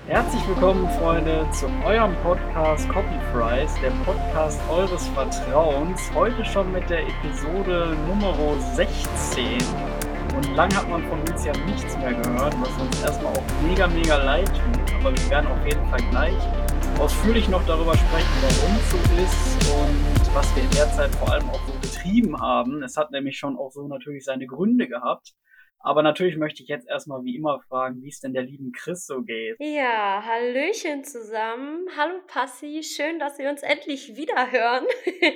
Herzlich willkommen, Freunde, zu eurem Podcast Copy Fries, der Podcast eures Vertrauens. Heute schon mit der Episode Nummer 16. Und lang hat man von uns ja nichts mehr gehört, was uns erstmal auch mega, mega leid tut. Aber wir werden auf jeden Fall gleich ausführlich noch darüber sprechen, warum es so ist und was wir in der Zeit vor allem auch so getrieben haben. Es hat nämlich schon auch so natürlich seine Gründe gehabt. Aber natürlich möchte ich jetzt erstmal wie immer fragen, wie es denn der lieben Chris so geht. Ja, hallöchen zusammen. Hallo Passi, schön, dass wir uns endlich wieder hören.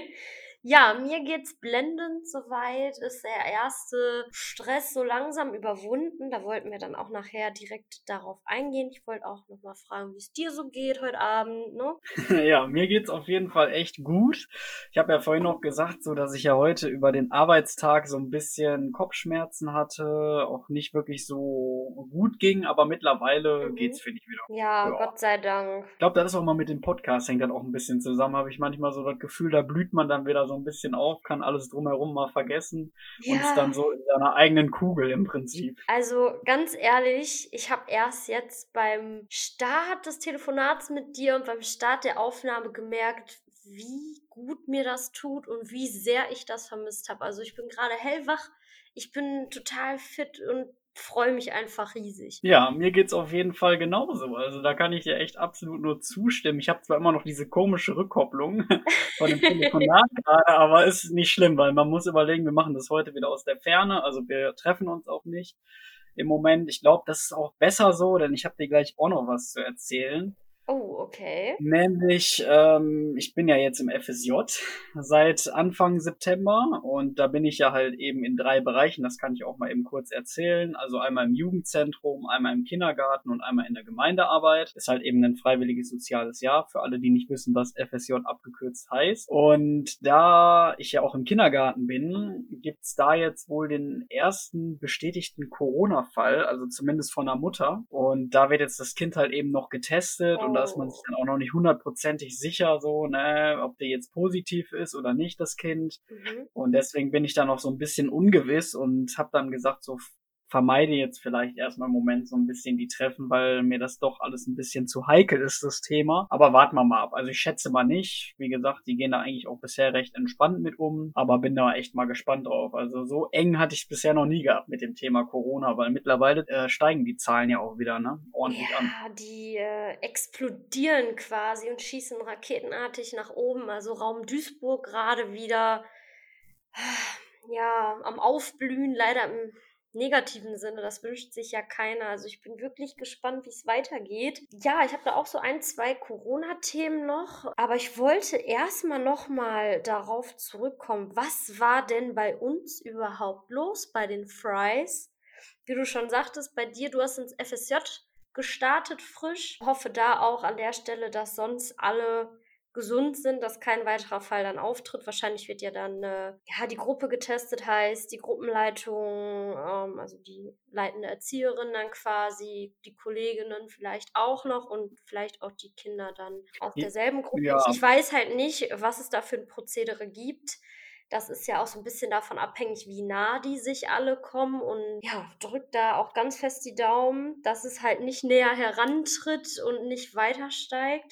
Ja, mir geht's blendend soweit, ist der erste Stress so langsam überwunden. Da wollten wir dann auch nachher direkt darauf eingehen. Ich wollte auch noch mal fragen, wie es dir so geht heute Abend, ne? Ja, mir geht's auf jeden Fall echt gut. Ich habe ja vorhin noch gesagt, so dass ich ja heute über den Arbeitstag so ein bisschen Kopfschmerzen hatte, auch nicht wirklich so gut ging, aber mittlerweile Mhm. geht's, finde ich, wieder. Ja, Ja. Gott sei Dank. Ich glaube, das ist auch mal mit dem Podcast, hängt dann auch ein bisschen zusammen. Habe ich manchmal so das Gefühl, da blüht man dann wieder so ein bisschen auf, kann alles drumherum mal vergessen und ist dann Ja, so in seiner eigenen Kugel im Prinzip. also ganz ehrlich, ich habe erst jetzt beim Start des Telefonats mit dir und beim Start der Aufnahme gemerkt, wie gut mir das tut und wie sehr ich das vermisst habe. Also ich bin gerade hellwach, ich bin total fit und freue mich einfach riesig. Ja, mir geht's auf jeden Fall genauso. Also da kann ich dir echt absolut nur zustimmen. Ich habe zwar immer noch diese komische Rückkopplung von dem Telefonat gerade, aber ist nicht schlimm, weil man muss überlegen, wir machen das heute wieder aus der Ferne. Also wir treffen uns auch nicht im Moment. Ich glaube, das ist auch besser so, denn ich habe dir gleich auch noch was zu erzählen. Oh, okay. Nämlich, ich bin ja jetzt im FSJ seit Anfang September und da bin ich ja halt eben in 3 Bereichen, das kann ich auch mal eben kurz erzählen. Also einmal im Jugendzentrum, einmal im Kindergarten und einmal in der Gemeindearbeit. Ist halt eben ein freiwilliges soziales Jahr für alle, die nicht wissen, was FSJ abgekürzt heißt. Und da ich ja auch im Kindergarten bin, gibt's da jetzt wohl den ersten bestätigten Corona-Fall, also zumindest von der Mutter. Und da wird jetzt das Kind halt eben noch getestet und da ist man sich Oh. dann auch noch nicht hundertprozentig sicher, so, ne, ob der jetzt positiv ist oder nicht, das Kind. Mhm. Und deswegen bin ich da noch so ein bisschen ungewiss und habe dann gesagt, so vermeide jetzt vielleicht erstmal im Moment so ein bisschen die Treffen, weil mir das doch alles ein bisschen zu heikel ist, das Thema. Aber warten wir mal ab. Also ich schätze mal nicht. Wie gesagt, die gehen da eigentlich auch bisher recht entspannt mit um, aber bin da echt mal gespannt drauf. Also so eng hatte ich bisher noch nie gehabt mit dem Thema Corona, weil mittlerweile steigen die Zahlen ja auch wieder, ne? Ordentlich an. Ja, die explodieren quasi und schießen raketenartig nach oben. Also Raum Duisburg gerade wieder ja, am Aufblühen, leider im negativen Sinne. Das wünscht sich ja keiner. Also ich bin wirklich gespannt, wie es weitergeht. Ja, ich habe da auch so ein, zwei Corona-Themen noch, aber ich wollte erstmal nochmal darauf zurückkommen. Was war denn bei uns überhaupt los bei den Fries? Wie du schon sagtest, bei dir, du hast ins FSJ gestartet frisch. Hoffe da auch an der Stelle, dass sonst alle gesund sind, dass kein weiterer Fall dann auftritt. Wahrscheinlich wird ja dann ja, die Gruppe getestet, heißt die Gruppenleitung, also die leitende Erzieherin dann quasi, die Kolleginnen vielleicht auch noch und vielleicht auch die Kinder dann aus derselben Gruppe. Ja, Ich weiß halt nicht, was es da für ein Prozedere gibt. Das ist ja auch so ein bisschen davon abhängig, wie nah die sich alle kommen und ja, drückt da auch ganz fest die Daumen, dass es halt nicht näher herantritt und nicht weiter steigt.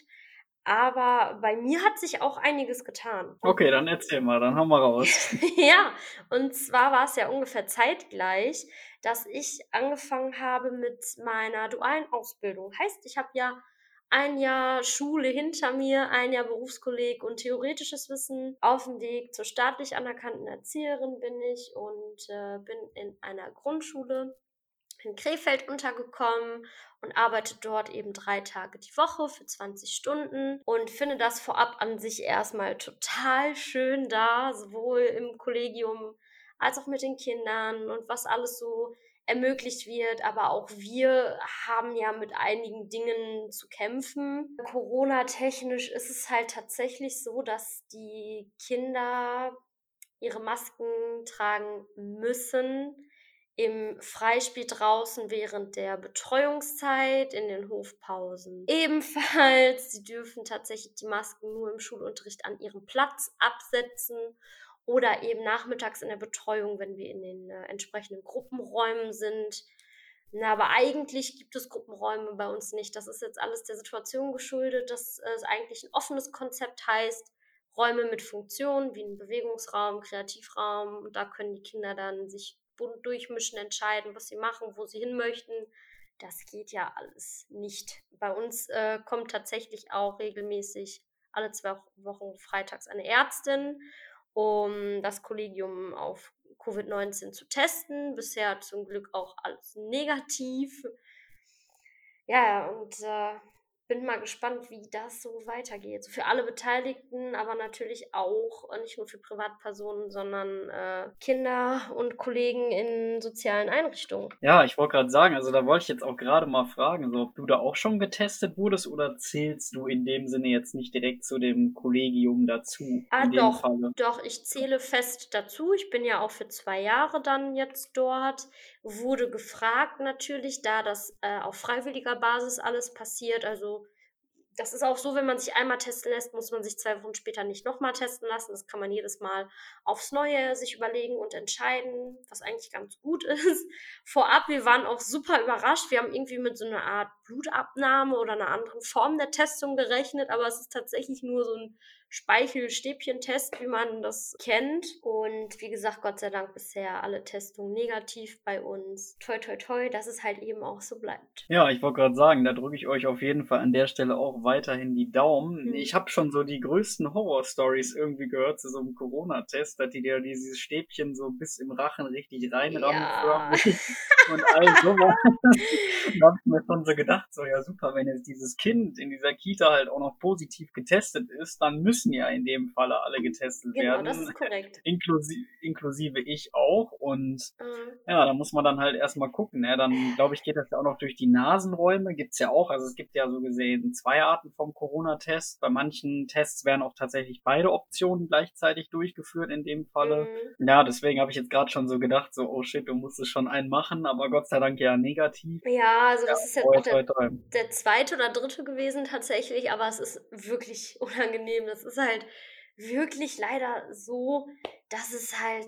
Aber bei mir hat sich auch einiges getan. Und okay, dann erzähl mal, dann hau mal raus. ja, und zwar war es ja ungefähr zeitgleich, dass ich angefangen habe mit meiner dualen Ausbildung. Heißt, ich habe ja ein Jahr Schule hinter mir, ein Jahr Berufskolleg und theoretisches Wissen. Auf dem Weg zur staatlich anerkannten Erzieherin bin ich und bin in einer Grundschule in Krefeld untergekommen und arbeite dort eben 3 Tage die Woche für 20 Stunden und finde das vorab an sich erstmal total schön da, sowohl im Kollegium als auch mit den Kindern und was alles so ermöglicht wird. Aber auch wir haben ja mit einigen Dingen zu kämpfen. Corona-technisch ist es halt tatsächlich so, dass die Kinder ihre Masken tragen müssen im Freispiel draußen während der Betreuungszeit, in den Hofpausen ebenfalls. Sie dürfen tatsächlich die Masken nur im Schulunterricht an ihrem Platz absetzen oder eben nachmittags in der Betreuung, wenn wir in den entsprechenden Gruppenräumen sind. Na, aber eigentlich gibt es Gruppenräume bei uns nicht. Das ist jetzt alles der Situation geschuldet, dass es eigentlich ein offenes Konzept heißt, Räume mit Funktion wie ein Bewegungsraum, Kreativraum. Und da können die Kinder dann sich bunt durchmischen, entscheiden, was sie machen, wo sie hin möchten. Das geht ja alles nicht. Bei uns kommt tatsächlich auch regelmäßig alle 2 Wochen freitags eine Ärztin, um das Kollegium auf Covid-19 zu testen. Bisher zum Glück auch alles negativ. Ja, und bin mal gespannt, wie das so weitergeht. So für alle Beteiligten, aber natürlich auch nicht nur für Privatpersonen, sondern Kinder und Kollegen in sozialen Einrichtungen. Ja, ich wollte gerade sagen, also da wollte ich jetzt auch gerade mal fragen, so, ob du da auch schon getestet wurdest oder zählst du in dem Sinne jetzt nicht direkt zu dem Kollegium dazu, Ah, in dem doch, Falle? doch, ich zähle fest dazu. Ich bin ja auch für 2 Jahre dann jetzt dort. Wurde gefragt natürlich, da das auf freiwilliger Basis alles passiert. Also das ist auch so, wenn man sich einmal testen lässt, muss man sich 2 Wochen später nicht nochmal testen lassen. Das kann man jedes Mal aufs Neue sich überlegen und entscheiden, was eigentlich ganz gut ist. Vorab, wir waren auch super überrascht. Wir haben irgendwie mit so einer Art Blutabnahme oder einer anderen Form der Testung gerechnet, aber es ist tatsächlich nur so ein Speichelstäbchentest, wie man das kennt. Und wie gesagt, Gott sei Dank bisher alle Testungen negativ bei uns. Toi, toi, toi, dass es halt eben auch so bleibt. Ja, ich wollte gerade sagen, da drücke ich euch auf jeden Fall an der Stelle auch weiterhin die Daumen. Ich habe schon so die größten Horror-Stories irgendwie gehört zu so einem Corona-Test, dass die dir dieses Stäbchen so bis im Rachen richtig reinrammen Ja. förmlich und all sowas. Da habe ich mir schon so gedacht, so ja super, wenn jetzt dieses Kind in dieser Kita halt auch noch positiv getestet ist, dann müssen ja in dem Falle alle getestet Genau, das werden, ist korrekt. inklusive ich auch. Und Mhm. ja, da muss man dann halt erstmal gucken. Ne? Dann, glaube ich, geht das ja auch noch durch die Nasenräume. Gibt's ja auch. Also es gibt ja so gesehen 2 Arten vom Corona-Test. Bei manchen Tests werden auch tatsächlich beide Optionen gleichzeitig durchgeführt in dem Falle. Mhm. Ja, deswegen habe ich jetzt gerade schon so gedacht, so, oh shit, du musstest schon einen machen, aber Gott sei Dank ja negativ. Ja, also Ja, das ist jetzt toi, auch toi, toi. der zweite oder dritte gewesen tatsächlich, aber es ist wirklich unangenehm. Das ist halt wirklich leider so, dass es halt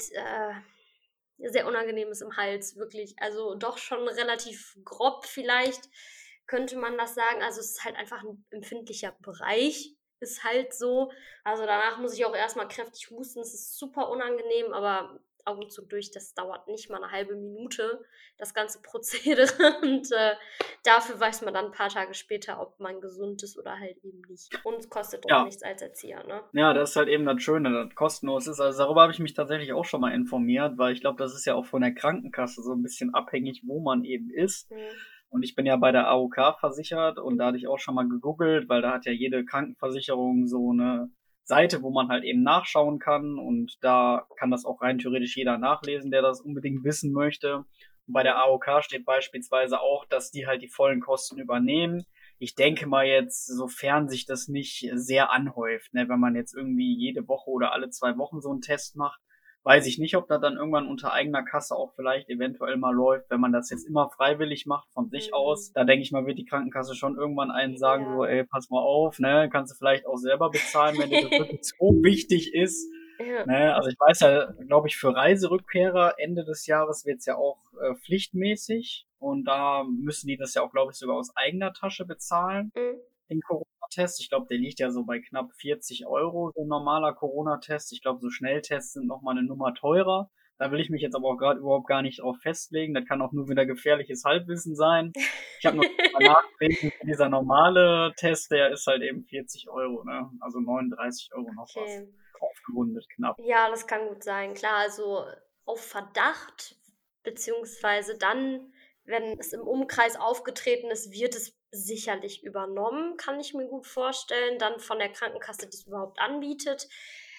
sehr unangenehm ist im Hals, wirklich. Also doch schon relativ grob vielleicht, könnte man das sagen. Also es ist halt einfach ein empfindlicher Bereich, ist halt so. Also danach muss ich auch erstmal kräftig husten. Es ist super unangenehm, aber Augen zu durch, das dauert nicht mal eine halbe Minute, das ganze Prozedere. Und dafür weiß man dann ein paar Tage später, ob man gesund ist oder halt eben nicht. Und es kostet auch Ja, nichts als Erzieher, ne? ja, das ist halt eben das Schöne, dass kostenlos ist. Also darüber habe ich mich tatsächlich auch schon mal informiert, weil ich glaube, das ist ja auch von der Krankenkasse so ein bisschen abhängig, wo man eben ist. Mhm. Und ich bin ja bei der AOK versichert und da hatte ich auch schon mal gegoogelt, weil da hat ja jede Krankenversicherung so eine Seite, wo man halt eben nachschauen kann und da kann das auch rein theoretisch jeder nachlesen, der das unbedingt wissen möchte. Und bei der AOK steht beispielsweise auch, dass die halt die vollen Kosten übernehmen. Ich denke mal jetzt, sofern sich das nicht sehr anhäuft, ne, wenn man jetzt irgendwie jede Woche oder alle 2 Wochen so einen Test macht, weiß ich nicht, ob das dann irgendwann unter eigener Kasse auch vielleicht eventuell mal läuft, wenn man das jetzt immer freiwillig macht von sich aus. Mhm. Da denke ich mal, wird die Krankenkasse schon irgendwann einen sagen, so, Ja. ey, pass mal auf, ne, kannst du vielleicht auch selber bezahlen, wenn dir das wirklich so wichtig ist. Ja. Ne, also ich weiß ja, glaube ich, für Reiserückkehrer Ende des Jahres wird's ja auch pflichtmäßig und da müssen die das ja auch, glaube ich, sogar aus eigener Tasche bezahlen, Mhm. den Corona-Test. Ich glaube, der liegt ja so bei knapp 40 €, so ein normaler Corona-Test. Ich glaube, so Schnelltests sind noch mal eine Nummer teurer. Da will ich mich jetzt aber auch gerade überhaupt gar nicht drauf festlegen. Das kann auch nur wieder gefährliches Halbwissen sein. Ich habe noch mal nachgelesen, dieser normale Test, der ist halt eben 40 €, ne? Also 39 € noch was. Okay. Aufgerundet knapp. Ja, das kann gut sein. Klar, also auf Verdacht, beziehungsweise dann, wenn es im Umkreis aufgetreten ist, wird es sicherlich übernommen, kann ich mir gut vorstellen, dann von der Krankenkasse, die es überhaupt anbietet.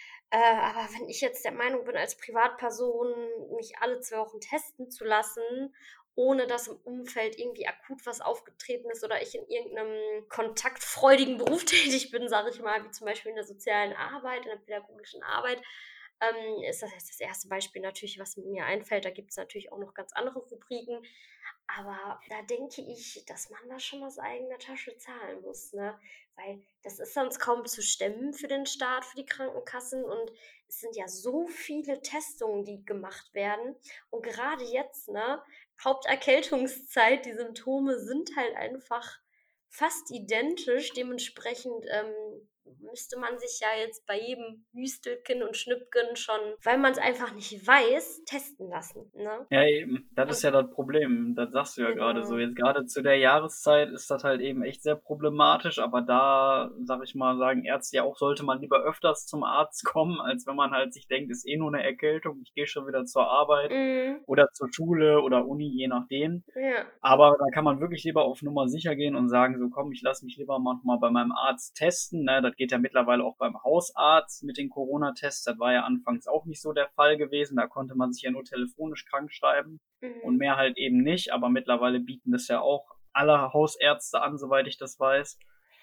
Aber wenn ich jetzt der Meinung bin, als Privatperson mich alle 2 Wochen testen zu lassen, ohne dass im Umfeld irgendwie akut was aufgetreten ist oder ich in irgendeinem kontaktfreudigen Beruf tätig bin, sage ich mal, wie zum Beispiel in der sozialen Arbeit, in der pädagogischen Arbeit, ist das jetzt das erste Beispiel natürlich, was mir einfällt. Da gibt es natürlich auch noch ganz andere Rubriken. Aber da denke ich, dass man das schon aus eigener Tasche zahlen muss, ne? Weil das ist sonst kaum zu stemmen für den Staat, für die Krankenkassen. Und es sind ja so viele Testungen, die gemacht werden. Und gerade jetzt, ne, Haupterkältungszeit, die Symptome sind halt einfach fast identisch. Dementsprechend müsste man sich ja jetzt bei jedem Hüstelchen und Schnüppchen schon, weil man es einfach nicht weiß, testen lassen, ne? Ja, eben. Das ist Und ja das Problem. Das sagst du ja gerade so. genau. Jetzt gerade zu der Jahreszeit ist das halt eben echt sehr problematisch, aber da, sag ich mal, sagen Ärzte ja auch, sollte man lieber öfters zum Arzt kommen, als wenn man halt sich denkt, ist eh nur eine Erkältung, ich gehe schon wieder zur Arbeit Mhm. oder zur Schule oder Uni, je nachdem. Ja. Aber da kann man wirklich lieber auf Nummer sicher gehen und sagen, so komm, ich lasse mich lieber mal bei meinem Arzt testen. Ne? Das geht ja mittlerweile auch beim Hausarzt mit den Corona-Tests. Das war ja anfangs auch nicht so der Fall gewesen. Da konnte man sich ja nur telefonisch krank schreiben und Mhm. mehr halt eben nicht. Aber mittlerweile bieten das ja auch alle Hausärzte an, soweit ich das weiß.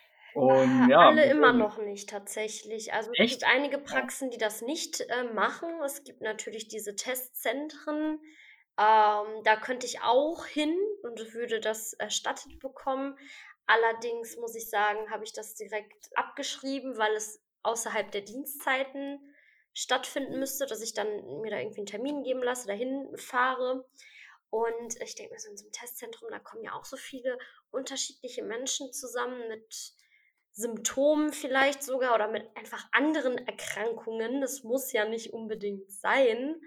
Und ja, Alle immer deswegen, noch nicht tatsächlich. Also es gibt echt? einige Ja. Praxen, die das nicht machen. Es gibt natürlich diese Testzentren. Da könnte ich auch hin und würde das erstattet bekommen. Allerdings muss ich sagen, habe ich das direkt abgeschrieben, weil es außerhalb der Dienstzeiten stattfinden müsste, dass ich dann mir da irgendwie einen Termin geben lasse, dahin fahre. Und ich denke mir so, in so einem Testzentrum, da kommen ja auch so viele unterschiedliche Menschen zusammen mit Symptomen vielleicht sogar oder mit einfach anderen Erkrankungen. Das muss ja nicht unbedingt sein.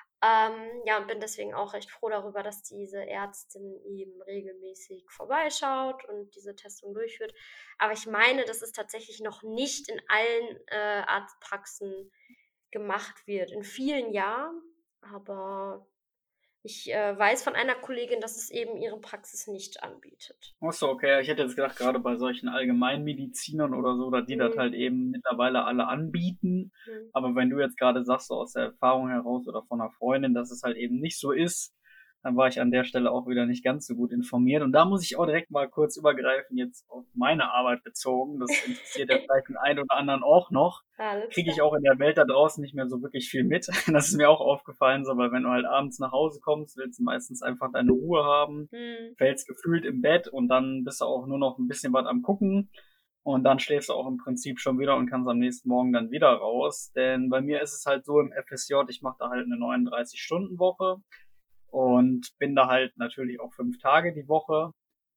Ja, und bin deswegen auch recht froh darüber, dass diese Ärztin eben regelmäßig vorbeischaut und diese Testung durchführt. Aber ich meine, dass es tatsächlich noch nicht in allen Arztpraxen gemacht wird. In vielen ja, aber ich weiß von einer Kollegin, dass es eben ihre Praxis nicht anbietet. Ach so, okay. Ich hätte jetzt gedacht, gerade bei solchen Allgemeinmedizinern oder so, dass die das Mhm. halt eben mittlerweile alle anbieten. Mhm. Aber wenn du jetzt gerade sagst, so aus der Erfahrung heraus oder von einer Freundin, dass es halt eben nicht so ist, dann war ich an der Stelle auch wieder nicht ganz so gut informiert. Und da muss ich auch direkt mal kurz übergreifen, jetzt auf meine Arbeit bezogen. Das interessiert ja vielleicht den einen oder anderen auch noch. Alles Kriege klar. ich auch in der Welt da draußen nicht mehr so wirklich viel mit. Das ist mir auch aufgefallen, so, weil wenn du halt abends nach Hause kommst, willst du meistens einfach deine Ruhe haben, Mhm. fällst gefühlt im Bett und dann bist du auch nur noch ein bisschen was am Gucken und dann schläfst du auch im Prinzip schon wieder und kannst am nächsten Morgen dann wieder raus. Denn bei mir ist es halt so im FSJ, ich mache da halt eine 39-Stunden-Woche und bin da halt natürlich auch 5 Tage die Woche.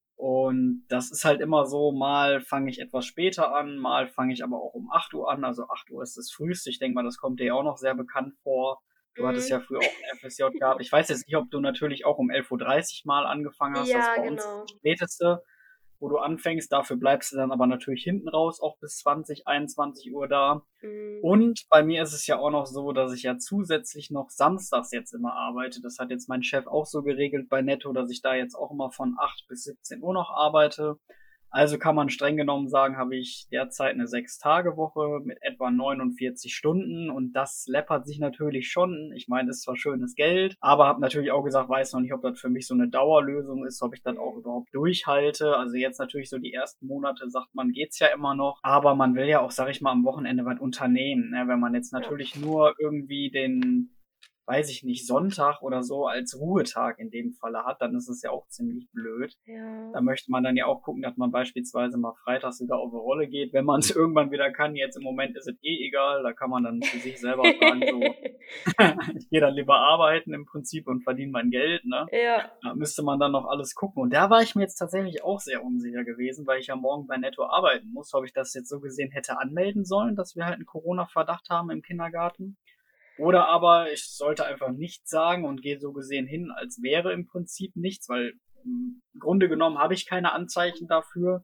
Und das ist halt immer so, mal fange ich etwas später an, mal fange ich aber auch um 8 Uhr an. Also 8 Uhr ist das früheste. Ich denke mal, das kommt dir ja auch noch sehr bekannt vor. Du hattest ja Mhm. früher auch ein FSJ gehabt. Ich weiß jetzt nicht, ob du natürlich auch um 11:30 Uhr mal angefangen hast. Das ist Ja, bei uns das genau. späteste, wo du anfängst. Dafür bleibst du dann aber natürlich hinten raus auch bis 20, 21 Uhr da. Mhm. Und bei mir ist es ja auch noch so, dass ich ja zusätzlich noch samstags jetzt immer arbeite. Das hat jetzt mein Chef auch so geregelt bei Netto, dass ich da jetzt auch immer von 8 bis 17 Uhr noch arbeite. Also kann man streng genommen sagen, habe ich derzeit eine 6-Tage-Woche mit etwa 49 Stunden und das läppert sich natürlich schon. Ich meine, das ist zwar schönes Geld, aber habe natürlich auch gesagt, weiß noch nicht, ob das für mich so eine Dauerlösung ist, ob ich das auch Mhm. überhaupt durchhalte. Also jetzt natürlich so die ersten Monate sagt man, geht's ja immer noch, aber man will ja auch, sag ich mal, am Wochenende was unternehmen. Ne? Wenn man jetzt Ja. natürlich nur irgendwie den, weiß ich nicht, Sonntag oder so als Ruhetag in dem Falle hat, dann ist es ja auch ziemlich blöd. Ja. Da möchte man dann ja auch gucken, dass man beispielsweise mal freitags wieder auf eine Rolle geht, wenn man es irgendwann wieder kann. Jetzt im Moment ist es eh egal, da kann man dann für sich selber sagen, so, ich gehe dann lieber arbeiten im Prinzip und verdiene mein Geld, ne? Ja. Da müsste man dann noch alles gucken. Und da war ich mir jetzt tatsächlich auch sehr unsicher gewesen, weil ich ja morgen bei Netto arbeiten muss, ob ich das jetzt so gesehen hätte anmelden sollen, dass wir halt einen Corona-Verdacht haben im Kindergarten. Oder aber ich sollte einfach nichts sagen und gehe so gesehen hin, als wäre im Prinzip nichts, weil im Grunde genommen habe ich keine Anzeichen dafür.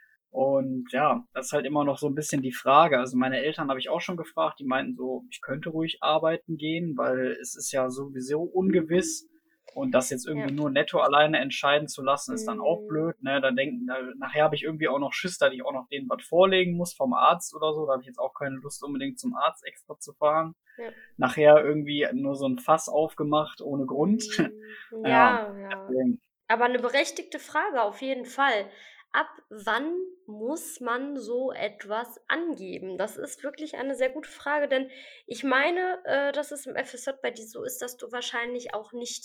Und ja, das ist halt immer noch so ein bisschen die Frage. Also meine Eltern habe ich auch schon gefragt, die meinten so, ich könnte ruhig arbeiten gehen, weil es ist ja sowieso ungewiss. Und das jetzt Ja. irgendwie nur netto alleine entscheiden zu lassen, ist dann auch Mhm. blöd. Ne? Nachher habe ich irgendwie auch noch Schiss, dass ich auch noch denen was vorlegen muss vom Arzt oder so. Da habe ich jetzt auch keine Lust, unbedingt zum Arzt extra zu fahren. Ja. Nachher irgendwie nur so ein Fass aufgemacht ohne Grund. Mhm. Ja, Ja, ja. deswegen. Aber eine berechtigte Frage auf jeden Fall. Ab wann muss man so etwas angeben? Das ist wirklich eine sehr gute Frage, denn ich meine, dass es im FSJ bei dir so ist, dass du wahrscheinlich auch nicht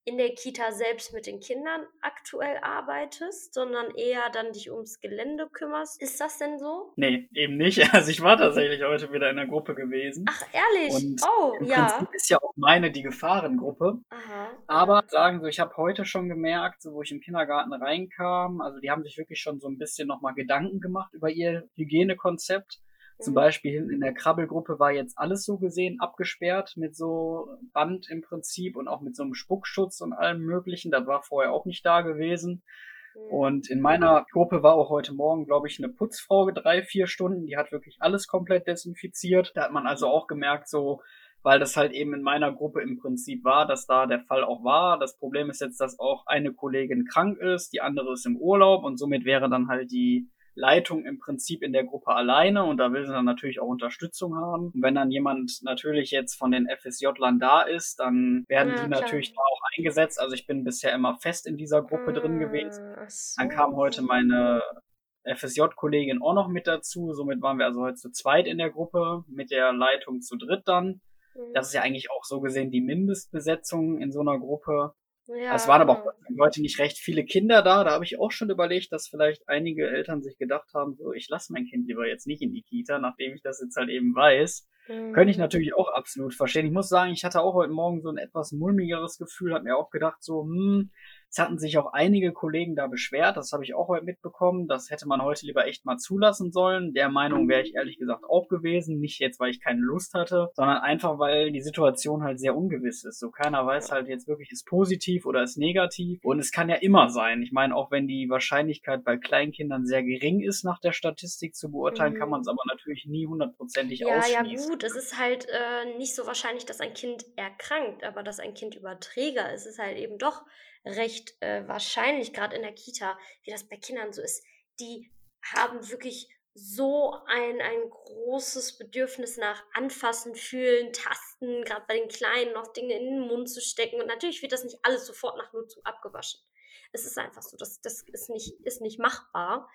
in der Kita selbst mit den Kindern aktuell arbeitest, sondern eher dann dich ums Gelände kümmerst. Ist das denn so? Nee, eben nicht. Also ich war tatsächlich heute wieder in der Gruppe gewesen. Ach, ehrlich? Und Oh, im ja. Prinzip ist ja auch meine die Gefahrengruppe. Aha, Aber ja. sagen so, ich habe heute schon gemerkt, so wo ich im Kindergarten reinkam, also die haben sich wirklich schon so ein bisschen nochmal Gedanken gemacht über ihr Hygienekonzept. Zum Mhm. Beispiel hinten in der Krabbelgruppe war jetzt alles so gesehen abgesperrt mit so Band im Prinzip und auch mit so einem Spuckschutz und allem Möglichen. Das war vorher auch nicht da gewesen. Mhm. Und in meiner Gruppe war auch heute Morgen, glaube ich, eine Putzfrau 3, 4 Stunden. Die hat wirklich alles komplett desinfiziert. Da hat man also auch gemerkt, so, weil das halt eben in meiner Gruppe im Prinzip war, dass da der Fall auch war. Das Problem ist jetzt, dass auch eine Kollegin krank ist, die andere ist im Urlaub und somit wäre dann halt die Leitung im Prinzip in der Gruppe alleine und da will sie dann natürlich auch Unterstützung haben. Und wenn dann jemand natürlich jetzt von den FSJ-Lern da ist, dann werden die Ja, klar. natürlich da auch eingesetzt. Also ich bin bisher immer fest in dieser Gruppe drin gewesen. Ach Dann kam so. heute meine FSJ-Kollegin auch noch mit dazu. Somit waren wir also heute zu zweit in der Gruppe, mit der Leitung zu dritt dann. Mhm. Das ist ja eigentlich auch so gesehen die Mindestbesetzung in so einer Gruppe. Es Ja, waren aber auch genau. heute nicht recht viele Kinder da. Da habe ich auch schon überlegt, dass vielleicht einige Eltern sich gedacht haben, so, ich lasse mein Kind lieber jetzt nicht in die Kita, nachdem ich das jetzt halt eben weiß. Könnte ich Mhm. natürlich auch absolut verstehen. Ich muss sagen, ich hatte auch heute Morgen so ein etwas mulmigeres Gefühl, habe mir auch gedacht, so, es hatten sich auch einige Kollegen da beschwert, das habe ich auch heute mitbekommen. Das hätte man heute lieber echt mal zulassen sollen. Der Meinung wäre ich ehrlich gesagt auch gewesen. Nicht jetzt, weil ich keine Lust hatte, sondern einfach, weil die Situation halt sehr ungewiss ist. So keiner weiß Ja. halt jetzt wirklich, ist positiv oder ist negativ. Und es kann ja immer sein. Ich meine, auch wenn die Wahrscheinlichkeit bei Kleinkindern sehr gering ist, nach der Statistik zu beurteilen, kann man es Mhm. aber natürlich nie hundertprozentig Ja, ja ausschließen. gut, es ist halt, nicht so wahrscheinlich, dass ein Kind erkrankt, aber dass ein Kind Überträger ist, ist halt eben doch recht, wahrscheinlich, gerade in der Kita, wie das bei Kindern so ist. Die haben wirklich so ein großes Bedürfnis nach Anfassen, Fühlen, Tasten, gerade bei den Kleinen noch Dinge in den Mund zu stecken und natürlich wird das nicht alles sofort nach Nutzung abgewaschen. Es ist einfach so, das ist nicht machbar.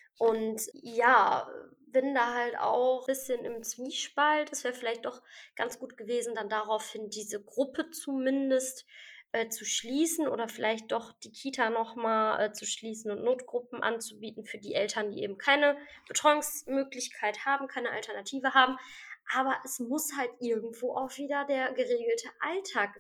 Und ja, bin da halt auch ein bisschen im Zwiespalt. Es wäre vielleicht doch ganz gut gewesen, dann daraufhin diese Gruppe zumindest zu schließen oder vielleicht doch die Kita nochmal zu schließen und Notgruppen anzubieten für die Eltern, die eben keine Betreuungsmöglichkeit haben, keine Alternative haben. Aber es muss halt irgendwo auch wieder der geregelte Alltag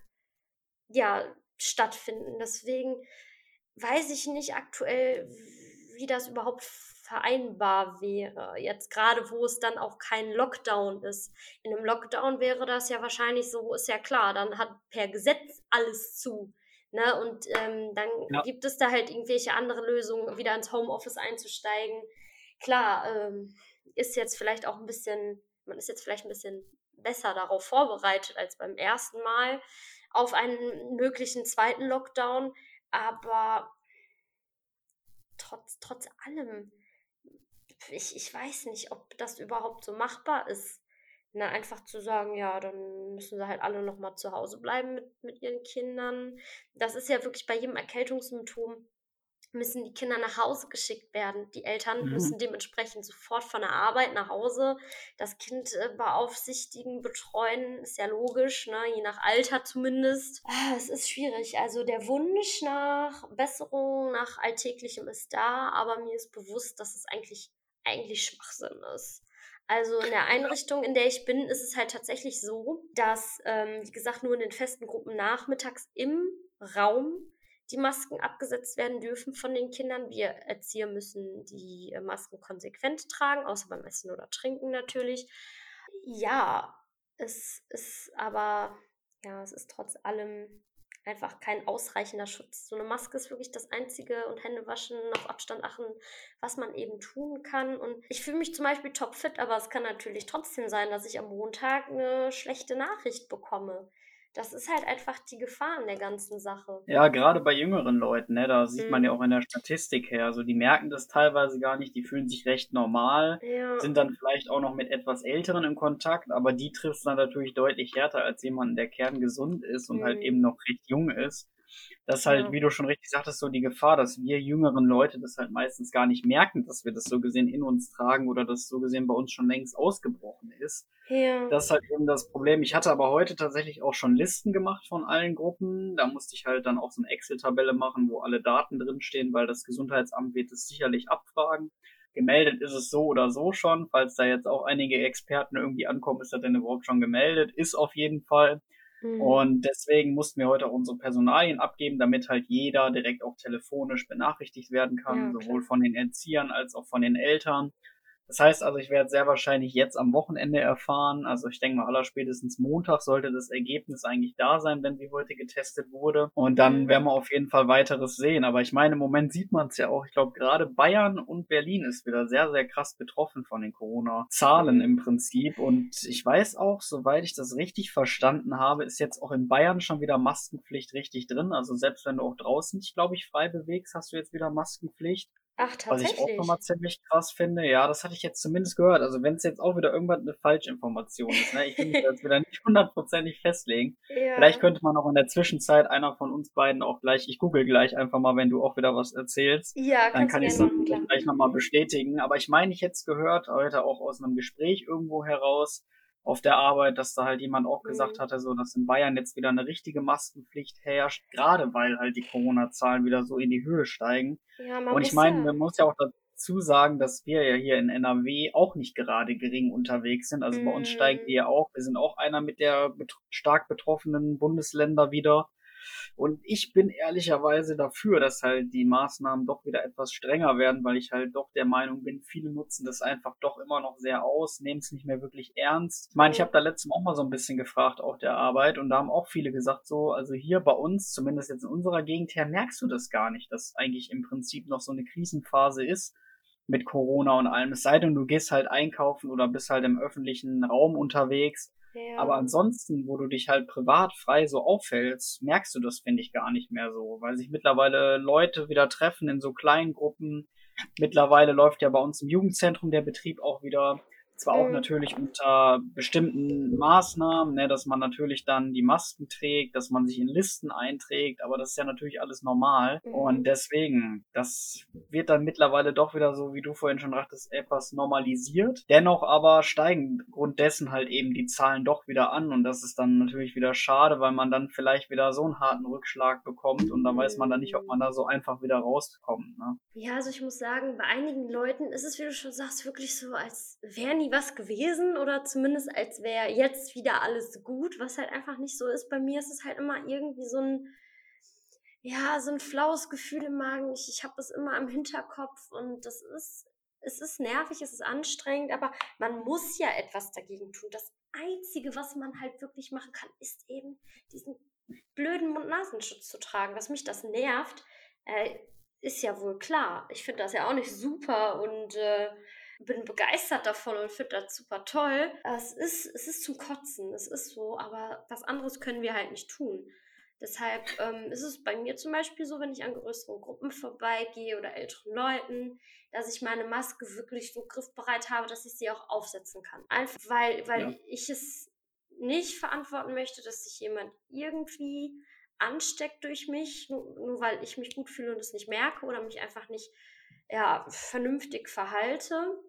ja, stattfinden. Deswegen weiß ich nicht aktuell, wie das überhaupt vereinbar wäre. Jetzt gerade, wo es dann auch kein Lockdown ist. In einem Lockdown wäre das ja wahrscheinlich so, ist ja klar, dann hat per Gesetz alles zu. Ne? Und dann Ja. gibt es da halt irgendwelche andere Lösungen, wieder ins Homeoffice einzusteigen. Klar, ist jetzt vielleicht auch ein bisschen, man ist jetzt vielleicht ein bisschen besser darauf vorbereitet als beim ersten Mal auf einen möglichen zweiten Lockdown, aber trotz allem, ich weiß nicht, ob das überhaupt so machbar ist. Ne, einfach zu sagen, ja, dann müssen sie halt alle noch mal zu Hause bleiben mit ihren Kindern. Das ist ja wirklich bei jedem Erkältungssymptom müssen die Kinder nach Hause geschickt werden. Die Eltern Mhm. müssen dementsprechend sofort von der Arbeit nach Hause das Kind beaufsichtigen, betreuen, ist ja logisch, ne? Je nach Alter zumindest. Es ist schwierig. Also der Wunsch nach Besserung, nach Alltäglichem ist da, aber mir ist bewusst, dass es eigentlich Schwachsinn ist. Also in der Einrichtung, in der ich bin, ist es halt tatsächlich so, dass, wie gesagt, nur in den festen Gruppen nachmittags im Raum die Masken abgesetzt werden dürfen von den Kindern. Wir Erzieher müssen die Masken konsequent tragen, außer beim Essen oder Trinken natürlich. Ja, es ist aber, ja, es ist trotz allem einfach kein ausreichender Schutz. So eine Maske ist wirklich das Einzige und Hände waschen, auf Abstand achten, was man eben tun kann. Und ich fühle mich zum Beispiel topfit, aber es kann natürlich trotzdem sein, dass ich am Montag eine schlechte Nachricht bekomme. Das ist halt einfach die Gefahr an der ganzen Sache. Ja, gerade bei jüngeren Leuten, ne, da sieht man ja Mhm. auch in der Statistik her. Also die merken das teilweise gar nicht, die fühlen sich recht normal, Ja. sind dann vielleicht auch noch mit etwas Älteren in Kontakt, aber die trifft dann natürlich deutlich härter als jemanden, der kerngesund ist und halt eben Mhm. noch recht jung ist. Das ist halt, Ja. wie du schon richtig sagtest, so die Gefahr, dass wir jüngeren Leute das halt meistens gar nicht merken, dass wir das so gesehen in uns tragen oder das so gesehen bei uns schon längst ausgebrochen ist. Ja. Das ist halt eben das Problem. Ich hatte aber heute tatsächlich auch schon Listen gemacht von allen Gruppen. Da musste ich halt dann auch so eine Excel-Tabelle machen, wo alle Daten drinstehen, weil das Gesundheitsamt wird es sicherlich abfragen. Gemeldet ist es so oder so schon. Falls da jetzt auch einige Experten irgendwie ankommen, ist das denn überhaupt schon gemeldet? Ist auf jeden Fall. Mhm. Und deswegen mussten wir heute auch unsere Personalien abgeben, damit halt jeder direkt auch telefonisch benachrichtigt werden kann, Ja, sowohl klar. von den Erziehern als auch von den Eltern. Das heißt also, ich werde sehr wahrscheinlich jetzt am Wochenende erfahren. Also ich denke mal, allerspätestens Montag sollte das Ergebnis eigentlich da sein, wenn sie heute getestet wurde. Und dann Mhm. werden wir auf jeden Fall weiteres sehen. Aber ich meine, im Moment sieht man es ja auch. Ich glaube, gerade Bayern und Berlin ist wieder sehr, sehr krass betroffen von den Corona-Zahlen im Mhm. Prinzip. Und ich weiß auch, soweit ich das richtig verstanden habe, ist jetzt auch in Bayern schon wieder Maskenpflicht richtig drin. Also selbst wenn du auch draußen dich, glaube ich, frei bewegst, hast du jetzt wieder Maskenpflicht. Ach, Was ich auch tatsächlich? nochmal ziemlich krass finde, ja, das hatte ich jetzt zumindest gehört. Also wenn es jetzt auch wieder irgendwann eine Falschinformation ist, ne? Ich will mich da jetzt wieder nicht hundertprozentig festlegen. Vielleicht Ja, könnte man auch in der Zwischenzeit einer von uns beiden auch gleich, ich google gleich einfach mal, wenn du auch wieder was erzählst, ja, dann kannst du kann ich es gerne dann machen, klar. gleich nochmal bestätigen. Aber ich meine, ich hätte es gehört, heute auch aus einem Gespräch irgendwo heraus, auf der Arbeit, dass da halt jemand auch gesagt Mhm. hatte, so dass in Bayern jetzt wieder eine richtige Maskenpflicht herrscht, gerade weil halt die Corona-Zahlen wieder so in die Höhe steigen. Ja, man Und ich muss meine, ja. man muss ja auch dazu sagen, dass wir ja hier in NRW auch nicht gerade gering unterwegs sind. Also bei uns steigen die Mhm. ja auch. Wir sind auch einer mit der stark betroffenen Bundesländer wieder. Und ich bin ehrlicherweise dafür, dass halt die Maßnahmen doch wieder etwas strenger werden, weil ich halt doch der Meinung bin, viele nutzen das einfach doch immer noch sehr aus, nehmen es nicht mehr wirklich ernst. Ich meine, ich habe Mhm. da letztens auch mal so ein bisschen gefragt auf der Arbeit und da haben auch viele gesagt, so, also hier bei uns, zumindest jetzt in unserer Gegend her, merkst du das gar nicht, dass eigentlich im Prinzip noch so eine Krisenphase ist mit Corona und allem. Es sei denn, du gehst halt einkaufen oder bist halt im öffentlichen Raum unterwegs. Aber Ja. ansonsten, wo du dich halt privat frei so aufhältst, merkst du das, finde ich, gar nicht mehr so, weil sich mittlerweile Leute wieder treffen in so kleinen Gruppen. Mittlerweile läuft ja bei uns im Jugendzentrum der Betrieb auch wieder, zwar auch Mhm. natürlich unter bestimmten Maßnahmen, ne, dass man natürlich dann die Masken trägt, dass man sich in Listen einträgt, aber das ist ja natürlich alles normal. Und Mhm. deswegen, das wird dann mittlerweile doch wieder so, wie du vorhin schon sagtest, etwas normalisiert. Dennoch aber steigen Grund dessen halt eben die Zahlen doch wieder an und das ist dann natürlich wieder schade, weil man dann vielleicht wieder so einen harten Rückschlag bekommt und da weiß man dann nicht, ob man Mhm. da so einfach wieder rauskommt, ne? Ja, also ich muss sagen, bei einigen Leuten ist es, wie du schon sagst, wirklich so, als wäre nie was gewesen oder zumindest als wäre jetzt wieder alles gut, was halt einfach nicht so ist. Bei mir ist es halt immer irgendwie so ein, ja, so ein flaues Gefühl im Magen. Ich habe das immer im Hinterkopf und es ist nervig, es ist anstrengend, aber man muss ja etwas dagegen tun. Das Einzige, was man halt wirklich machen kann, ist eben diesen blöden Mund-Nasenschutz zu tragen. Dass mich das nervt, äh, ist ja wohl klar. Ich finde das ja auch nicht super und bin begeistert davon und finde das super toll. Es ist zum Kotzen, es ist so, aber was anderes können wir halt nicht tun. Deshalb ist es bei mir zum Beispiel so, wenn ich an größeren Gruppen vorbeigehe oder älteren Leuten, dass ich meine Maske wirklich so griffbereit habe, dass ich sie auch aufsetzen kann. Einfach Ja. weil ich es nicht verantworten möchte, dass sich jemand irgendwie ansteckt durch mich, nur weil ich mich gut fühle und es nicht merke oder mich einfach nicht ja, vernünftig verhalte.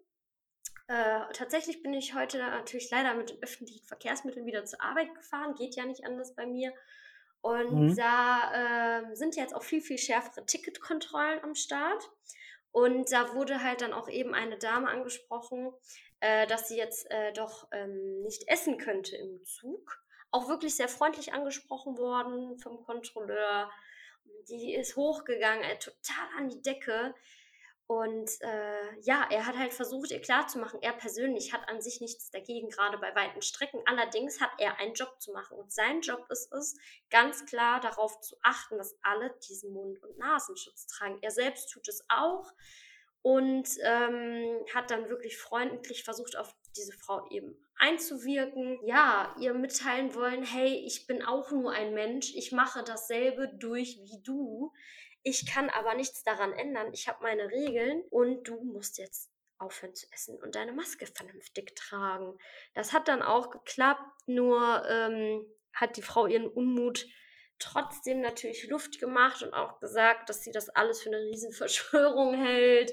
Tatsächlich bin ich heute natürlich leider mit den öffentlichen Verkehrsmitteln wieder zur Arbeit gefahren, geht ja nicht anders bei mir. Und Mhm. da sind jetzt auch viel, viel schärfere Ticketkontrollen am Start. Und da wurde halt dann auch eben eine Dame angesprochen, dass sie jetzt doch nicht essen könnte im Zug. Auch wirklich sehr freundlich angesprochen worden vom Kontrolleur. Die ist hochgegangen, total an die Decke. Und ja, er hat halt versucht, ihr klarzumachen, er persönlich hat an sich nichts dagegen, gerade bei weiten Strecken. Allerdings hat er einen Job zu machen. Und sein Job ist es, ganz klar darauf zu achten, dass alle diesen Mund- und Nasenschutz tragen. Er selbst tut es auch und hat dann wirklich freundlich versucht, auf diese Frau eben einzuwirken. Ja, ihr mitteilen wollen, hey, ich bin auch nur ein Mensch, ich mache dasselbe durch wie du. Ich kann aber nichts daran ändern. Ich habe meine Regeln und du musst jetzt aufhören zu essen und deine Maske vernünftig tragen. Das hat dann auch geklappt, nur hat die Frau ihren Unmut trotzdem natürlich Luft gemacht und auch gesagt, dass sie das alles für eine Riesenverschwörung hält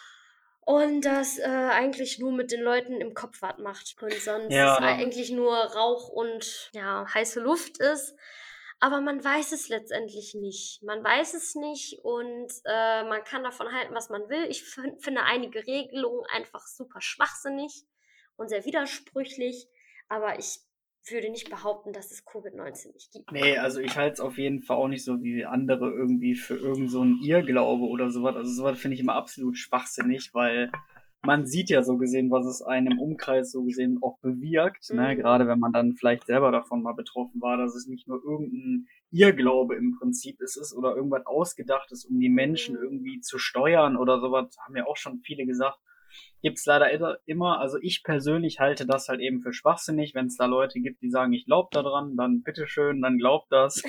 und das eigentlich nur mit den Leuten im Kopf was macht und sonst es Ja, eigentlich nur Rauch und ja, heiße Luft ist. Aber man weiß es letztendlich nicht. Man weiß es nicht und man kann davon halten, was man will. Ich finde einige Regelungen einfach super schwachsinnig und sehr widersprüchlich, aber ich würde nicht behaupten, dass es Covid-19 nicht gibt. nee, also ich halte es auf jeden Fall auch nicht so wie andere irgendwie für irgend so einen Irrglaube oder sowas. Also sowas finde ich immer absolut schwachsinnig, weil man sieht ja so gesehen, was es einem im Umkreis so gesehen auch bewirkt, ne? Gerade wenn man dann vielleicht selber davon mal betroffen war, dass es nicht nur irgendein Irrglaube im Prinzip ist oder irgendwas Ausgedachtes, um die Menschen irgendwie zu steuern oder sowas, haben ja auch schon viele gesagt. Gibt's leider immer. Also ich persönlich halte das halt eben für schwachsinnig. Wenn es da Leute gibt, die sagen, ich glaube daran, dann bitteschön, dann glaubt das.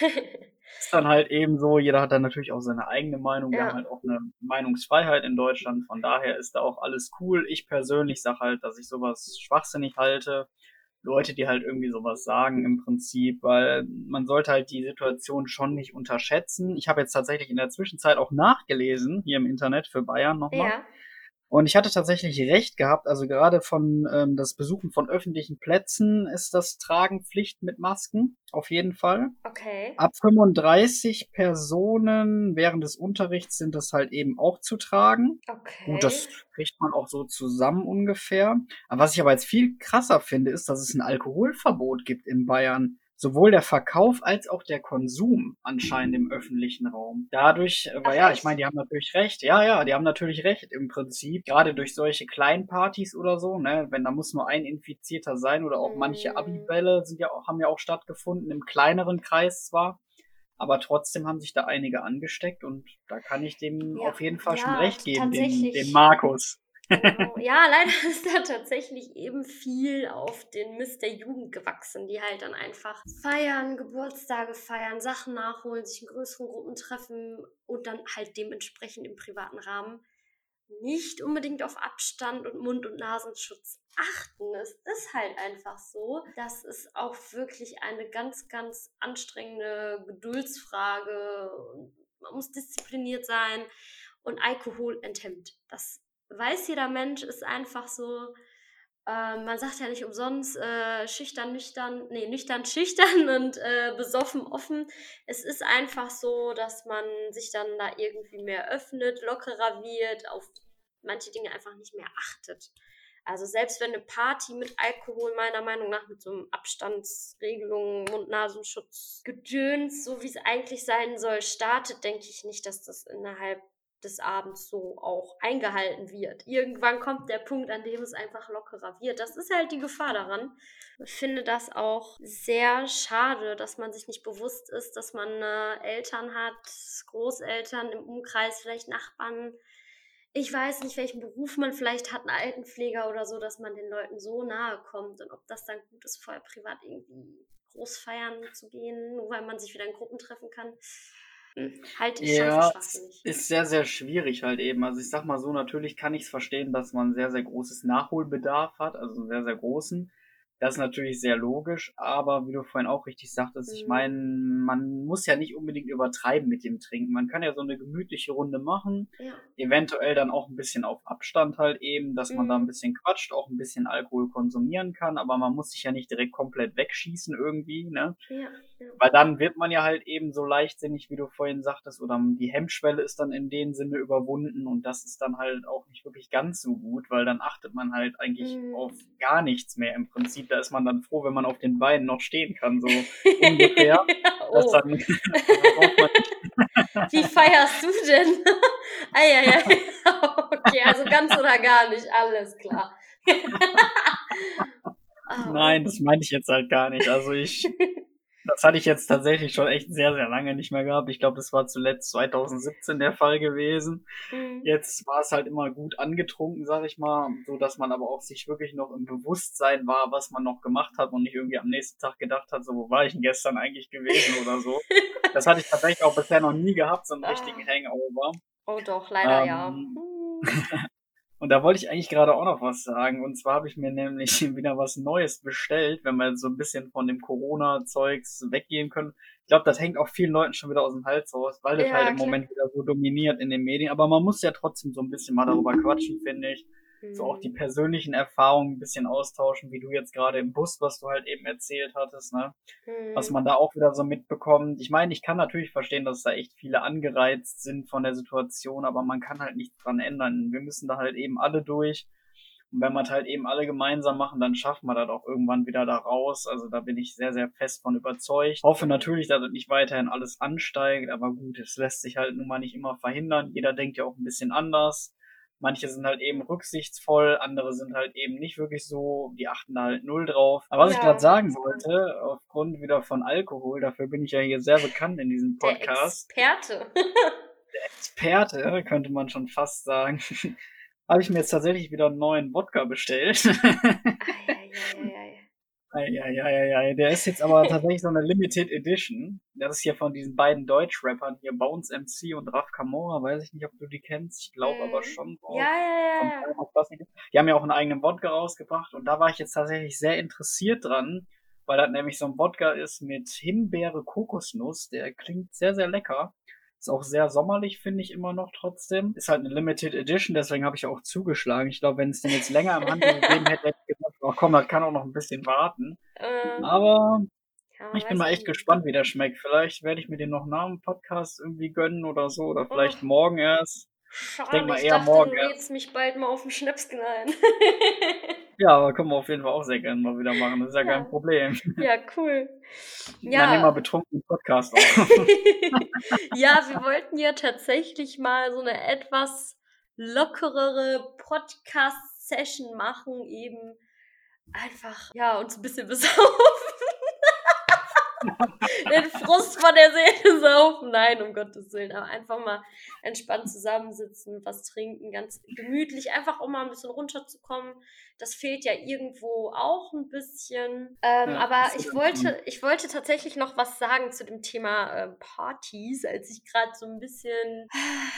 Ist dann halt eben so. Jeder hat dann natürlich auch seine eigene Meinung. Wir haben Ja, halt auch eine Meinungsfreiheit in Deutschland. Von daher ist da auch alles cool. Ich persönlich sage halt, dass ich sowas schwachsinnig halte. Leute, die halt irgendwie sowas sagen im Prinzip, weil man sollte halt die Situation schon nicht unterschätzen. Ich habe jetzt tatsächlich in der Zwischenzeit auch nachgelesen, hier im Internet für Bayern nochmal. ja, Und ich hatte tatsächlich recht gehabt, also gerade von das Besuchen von öffentlichen Plätzen ist das Tragen Pflicht mit Masken, auf jeden Fall. okay, Ab 35 Personen während des Unterrichts sind das halt eben auch zu tragen. Gut, okay. das kriegt man auch so zusammen ungefähr. Aber was ich aber jetzt viel krasser finde, ist, dass es ein Alkoholverbot gibt in Bayern. Sowohl der Verkauf als auch der Konsum anscheinend im öffentlichen Raum. Dadurch, Ach, ja, ich meine, echt? die haben natürlich recht. Ja, ja, die haben natürlich recht im Prinzip. Gerade durch solche Kleinpartys oder so, ne, wenn da muss nur ein Infizierter sein oder auch manche Mm, Abibälle haben ja auch stattgefunden, im kleineren Kreis zwar. Aber trotzdem haben sich da einige angesteckt und da kann ich dem ja, auf jeden Fall schon ja, recht geben, den tatsächlich. Markus. Genau. Ja, leider ist da tatsächlich eben viel auf den Mist der Jugend gewachsen, die halt dann einfach feiern, Geburtstage feiern, Sachen nachholen, sich in größeren Gruppen treffen und dann halt dementsprechend im privaten Rahmen nicht unbedingt auf Abstand und Mund- und Nasenschutz achten. Es ist halt einfach so. Das ist auch wirklich eine ganz, ganz anstrengende Geduldsfrage. Man muss diszipliniert sein und Alkohol enthemmt. Das weiß jeder Mensch, ist einfach so. Man sagt ja nicht umsonst schüchtern, nüchtern, nee, nüchtern, schüchtern und besoffen, offen. Es ist einfach so, dass man sich dann da irgendwie mehr öffnet, lockerer wird, auf manche Dinge einfach nicht mehr achtet. Also selbst wenn eine Party mit Alkohol meiner Meinung nach mit so einem Abstandsregelungen, Mund-Nasenschutz, Gedöns, so wie es eigentlich sein soll, startet, denke ich nicht, dass das innerhalb des Abends so auch eingehalten wird. Irgendwann kommt der Punkt, an dem es einfach lockerer wird. Das ist halt die Gefahr daran. Ich finde das auch sehr schade, dass man sich nicht bewusst ist, dass man Eltern hat, Großeltern im Umkreis, vielleicht Nachbarn. Ich weiß nicht, welchen Beruf man vielleicht hat, einen Altenpfleger oder so, dass man den Leuten so nahe kommt und ob das dann gut ist, vorher privat irgendwie groß feiern zu gehen, nur weil man sich wieder in Gruppen treffen kann. Halte ich schon für Ja, es schwachsinnig. ist sehr, sehr schwierig halt eben. Also ich sag mal so, natürlich kann ich es verstehen, dass man sehr, sehr großes Nachholbedarf hat, also einen sehr, sehr großen. Das ist natürlich sehr logisch, aber wie du vorhin auch richtig sagtest, ich Mhm. meine, man muss ja nicht unbedingt übertreiben mit dem Trinken. Man kann ja so eine gemütliche Runde machen, Ja. eventuell dann auch ein bisschen auf Abstand halt eben, dass man da ein Mhm. bisschen quatscht, auch ein bisschen Alkohol konsumieren kann, aber man muss sich ja nicht direkt komplett wegschießen irgendwie, ne? Ja, ja. Weil dann wird man ja halt eben so leichtsinnig, wie du vorhin sagtest, oder die Hemmschwelle ist dann in dem Sinne überwunden und das ist dann halt auch nicht wirklich ganz so gut, weil dann achtet man halt eigentlich auf Mhm. gar nichts mehr im Prinzip. Da ist man dann froh, wenn man auf den Beinen noch stehen kann, so ungefähr. Das Oh. dann, da braucht man nicht. Wie feierst du denn? Ei. Okay, also ganz oder gar nicht, alles klar. Ah, Nein, das meine ich jetzt halt gar nicht. Das hatte ich jetzt tatsächlich schon echt sehr, sehr lange nicht mehr gehabt. Ich glaube, das war zuletzt 2017 der Fall gewesen. mhm. Jetzt war es halt immer gut angetrunken, sag ich mal, so dass man aber auch sich wirklich noch im Bewusstsein war, was man noch gemacht hat und nicht irgendwie am nächsten Tag gedacht hat, so, wo war ich denn gestern eigentlich gewesen oder so. Das hatte ich tatsächlich auch bisher noch nie gehabt, so einen richtigen Ah, Hangover. oh doch, leider ja. Ähm, Hm. Und da wollte ich eigentlich gerade auch noch was sagen. Und zwar habe ich mir nämlich wieder was Neues bestellt, wenn wir jetzt so ein bisschen von dem Corona-Zeugs weggehen können. Ich glaube, das hängt auch vielen Leuten schon wieder aus dem Hals raus, weil das halt Ja, im klar. Moment wieder so dominiert in den Medien. Aber man muss ja trotzdem so ein bisschen mal darüber quatschen, finde ich. So auch die Hm. persönlichen Erfahrungen ein bisschen austauschen, wie du jetzt gerade im Bus, was du halt eben erzählt hattest, ne? Was Hm. man da auch wieder so mitbekommt. Ich meine, ich kann natürlich verstehen, dass da echt viele angereizt sind von der Situation, aber man kann halt nichts dran ändern. Wir müssen da halt eben alle durch. Und wenn wir es halt eben alle gemeinsam machen, dann schaffen wir das auch irgendwann wieder da raus. Also da bin ich sehr, sehr fest von überzeugt. Hoffe natürlich, dass es nicht weiterhin alles ansteigt, aber gut, es lässt sich halt nun mal nicht immer verhindern. Jeder denkt ja auch ein bisschen anders. Manche sind halt eben rücksichtsvoll, andere sind halt eben nicht wirklich so, die achten da halt null drauf. Aber was ich gerade Ja, sagen wollte, aufgrund wieder von Alkohol, dafür bin ich ja hier sehr bekannt in diesem der Podcast, Experte. Experte, könnte man schon fast sagen, habe ich mir jetzt tatsächlich wieder einen neuen Wodka bestellt. Eieieiei. Eieieiei. Der ist jetzt aber tatsächlich so eine Limited Edition. Das ist hier von diesen beiden Deutsch-Rappern hier, Bones MC und Raf Camora. Weiß ich nicht, ob du die kennst. Ich glaube aber Hm. schon Ja, auf, ja, vom ja, ja. Album auf Plastik. Die haben ja auch einen eigenen Wodka rausgebracht und da war ich jetzt tatsächlich sehr interessiert dran, weil das nämlich so ein Wodka ist mit Himbeere, Kokosnuss. Der klingt sehr, sehr lecker. Ist auch sehr sommerlich, finde ich immer noch trotzdem. Ist halt eine Limited Edition, deswegen habe ich auch zugeschlagen. Ich glaube, wenn es den jetzt länger im Handel gegeben hätte, hätte ich gesagt, ach komm, das kann auch noch ein bisschen warten. äh, Aber ja, man ich bin weiß mal ja echt nie. gespannt, wie der schmeckt. Vielleicht werde ich mir den noch nach dem Podcast irgendwie gönnen oder so. Oder Oh, vielleicht morgen erst. Ich denke schade, mal ich eher dachte, du morgen erst. lädst mich bald mal auf den Schnäpschen ein. Ja, aber können wir auf jeden Fall auch sehr gerne mal wieder machen. Das ist ja kein Ja, Problem. ja, cool. Dann nehmen wir Ja. betrunken den Podcast auf. Ja, wir wollten ja tatsächlich mal so eine etwas lockerere Podcast-Session machen, eben einfach, ja, uns ein bisschen besaufen. Den Frust von der Seele saufen. Nein, um Gottes Willen. Aber einfach mal entspannt zusammensitzen, was trinken, ganz gemütlich, einfach um mal ein bisschen runterzukommen. Das fehlt ja irgendwo auch ein bisschen. Ja, Aber das ist ich dann schon. wollte tatsächlich noch was sagen zu dem Thema Partys, als ich gerade so ein bisschen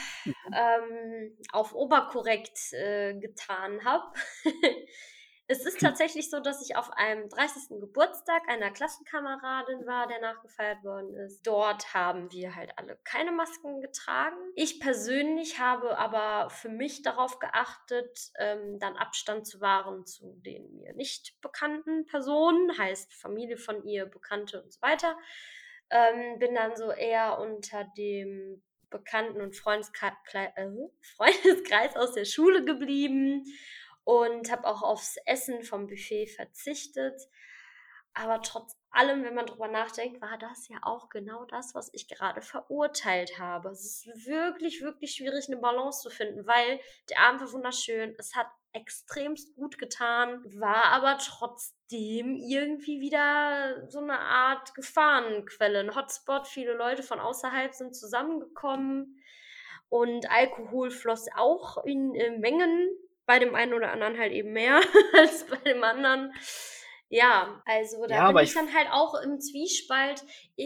auf oberkorrekt getan habe. Es ist tatsächlich so, dass ich auf einem 30. Geburtstag einer Klassenkameradin war, der nachgefeiert worden ist. Dort haben wir halt alle keine Masken getragen. Ich persönlich habe aber für mich darauf geachtet, dann Abstand zu wahren zu den mir nicht bekannten Personen, heißt Familie von ihr, Bekannte und so weiter. Bin dann so eher unter dem Bekannten- und Freundeskreis aus der Schule geblieben und habe auch aufs Essen vom Buffet verzichtet. Aber trotz allem, wenn man drüber nachdenkt, war das ja auch genau das, was ich gerade verurteilt habe. Es ist wirklich, wirklich schwierig, eine Balance zu finden, weil der Abend war wunderschön. Es hat extremst gut getan, war aber trotzdem irgendwie wieder so eine Art Gefahrenquelle, ein Hotspot. Viele Leute von außerhalb sind zusammengekommen und Alkohol floss auch in Mengen, bei dem einen oder anderen halt eben mehr als bei dem anderen. Ja, also da Ja, bin aber ich dann halt auch im Zwiespalt,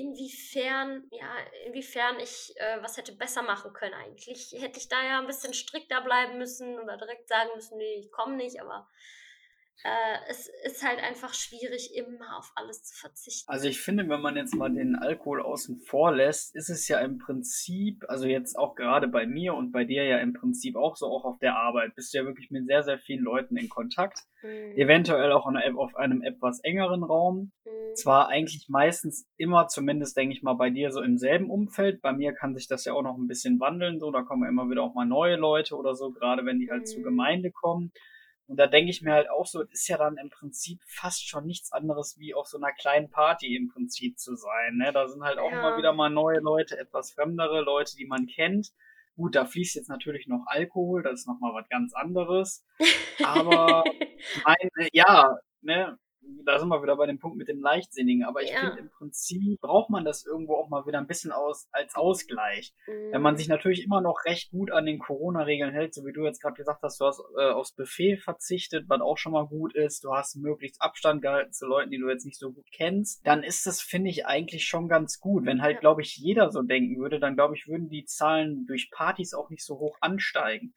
inwiefern ich was hätte besser machen können. Eigentlich hätte ich da ja ein bisschen strikter bleiben müssen oder direkt sagen müssen, nee, ich komme nicht, aber es ist halt einfach schwierig, immer auf alles zu verzichten. also ich finde, wenn man jetzt mal den Alkohol außen vor lässt, ist es ja im Prinzip, also jetzt auch gerade bei mir und bei dir ja im Prinzip auch so, auch auf der Arbeit, bist du ja wirklich mit sehr, sehr vielen Leuten in Kontakt. Mhm. Eventuell auch auf einem etwas engeren Raum. Mhm. Zwar eigentlich meistens immer, zumindest denke ich mal, bei dir so im selben Umfeld. Bei mir kann sich das ja auch noch ein bisschen wandeln, so. Da kommen immer wieder auch mal neue Leute oder so, gerade wenn die halt zur Mhm. Gemeinde kommen. Und da denke ich mir halt auch so, es ist ja dann im Prinzip fast schon nichts anderes wie auf so einer kleinen Party im Prinzip zu sein. Ne? Da sind halt auch immer Ja. wieder mal neue Leute, etwas fremdere Leute, die man kennt. Gut, da fließt jetzt natürlich noch Alkohol, das ist nochmal was ganz anderes. Aber ich meine, ja, ne, da sind wir wieder bei dem Punkt mit dem Leichtsinnigen. Aber ich finde, Ja. im Prinzip braucht man das irgendwo auch mal wieder ein bisschen als Ausgleich. Wenn man Mhm. sich natürlich immer noch recht gut an den Corona-Regeln hält, so wie du jetzt gerade gesagt hast, du hast aufs Buffet verzichtet, was auch schon mal gut ist, du hast möglichst Abstand gehalten zu Leuten, die du jetzt nicht so gut kennst, dann ist das, finde ich, eigentlich schon ganz gut. Wenn halt, Ja. glaube ich, jeder so denken würde, dann glaube ich, würden die Zahlen durch Partys auch nicht so hoch ansteigen.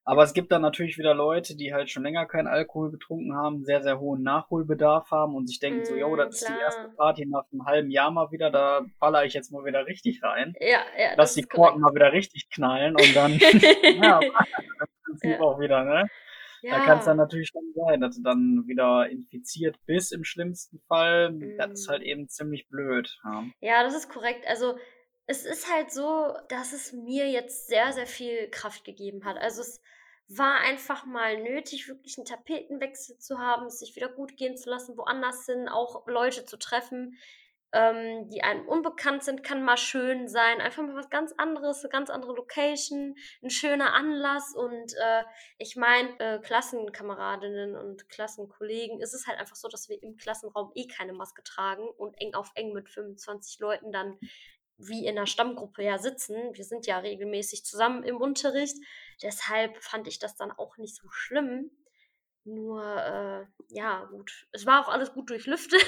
Aber es gibt dann natürlich wieder Leute, die halt schon länger keinen Alkohol getrunken haben, sehr, sehr hohen Nachholbedarf haben und sich denken so, jo, das ist die erste Klar. Party nach einem halben Jahr mal wieder, da baller ich jetzt mal wieder richtig rein. Ja, ja, Lass das die ist Korken korrekt. mal wieder richtig knallen und dann, ja, im Prinzip Ja. auch wieder, ne? Da kann es dann Ja. natürlich schon sein, dass du dann wieder infiziert bist im schlimmsten Fall. Das ist halt Mhm. eben ziemlich blöd. Ja. Ja, das ist korrekt. Also, es ist halt so, dass es mir jetzt sehr, sehr viel Kraft gegeben hat. Also, es war einfach mal nötig, wirklich einen Tapetenwechsel zu haben, es sich wieder gut gehen zu lassen, woanders hin, auch Leute zu treffen, die einem unbekannt sind, kann mal schön sein. Einfach mal was ganz anderes, 'ne ganz andere Location, ein schöner Anlass und, ich meine, Klassenkameradinnen und Klassenkollegen ist es halt einfach so, dass wir im Klassenraum eh keine Maske tragen und eng auf eng mit 25 Leuten dann wie in 'ner Stammgruppe ja sitzen. Wir sind ja regelmäßig zusammen im Unterricht. Deshalb fand ich das dann auch nicht so schlimm. Nur, ja gut, es war auch alles gut durchlüftet.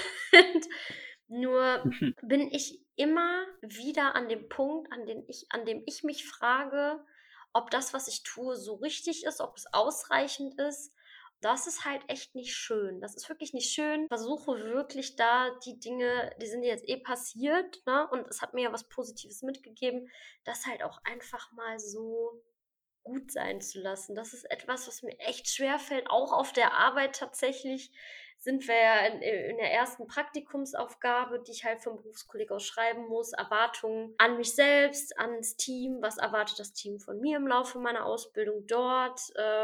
Nur bin ich immer wieder an dem Punkt, an dem ich mich frage, ob das, was ich tue, so richtig ist, ob es ausreichend ist. Das ist halt echt nicht schön. Das ist wirklich nicht schön. Ich versuche wirklich da die Dinge, die sind jetzt eh passiert, ne? Und es hat mir ja was Positives mitgegeben, das halt auch einfach mal so gut sein zu lassen. Das ist etwas, was mir echt schwerfällt, auch auf der Arbeit tatsächlich sind wir ja in der ersten Praktikumsaufgabe, die ich halt vom Berufskolleg aus schreiben muss, Erwartungen an mich selbst, ans Team, was erwartet das Team von mir im Laufe meiner Ausbildung dort,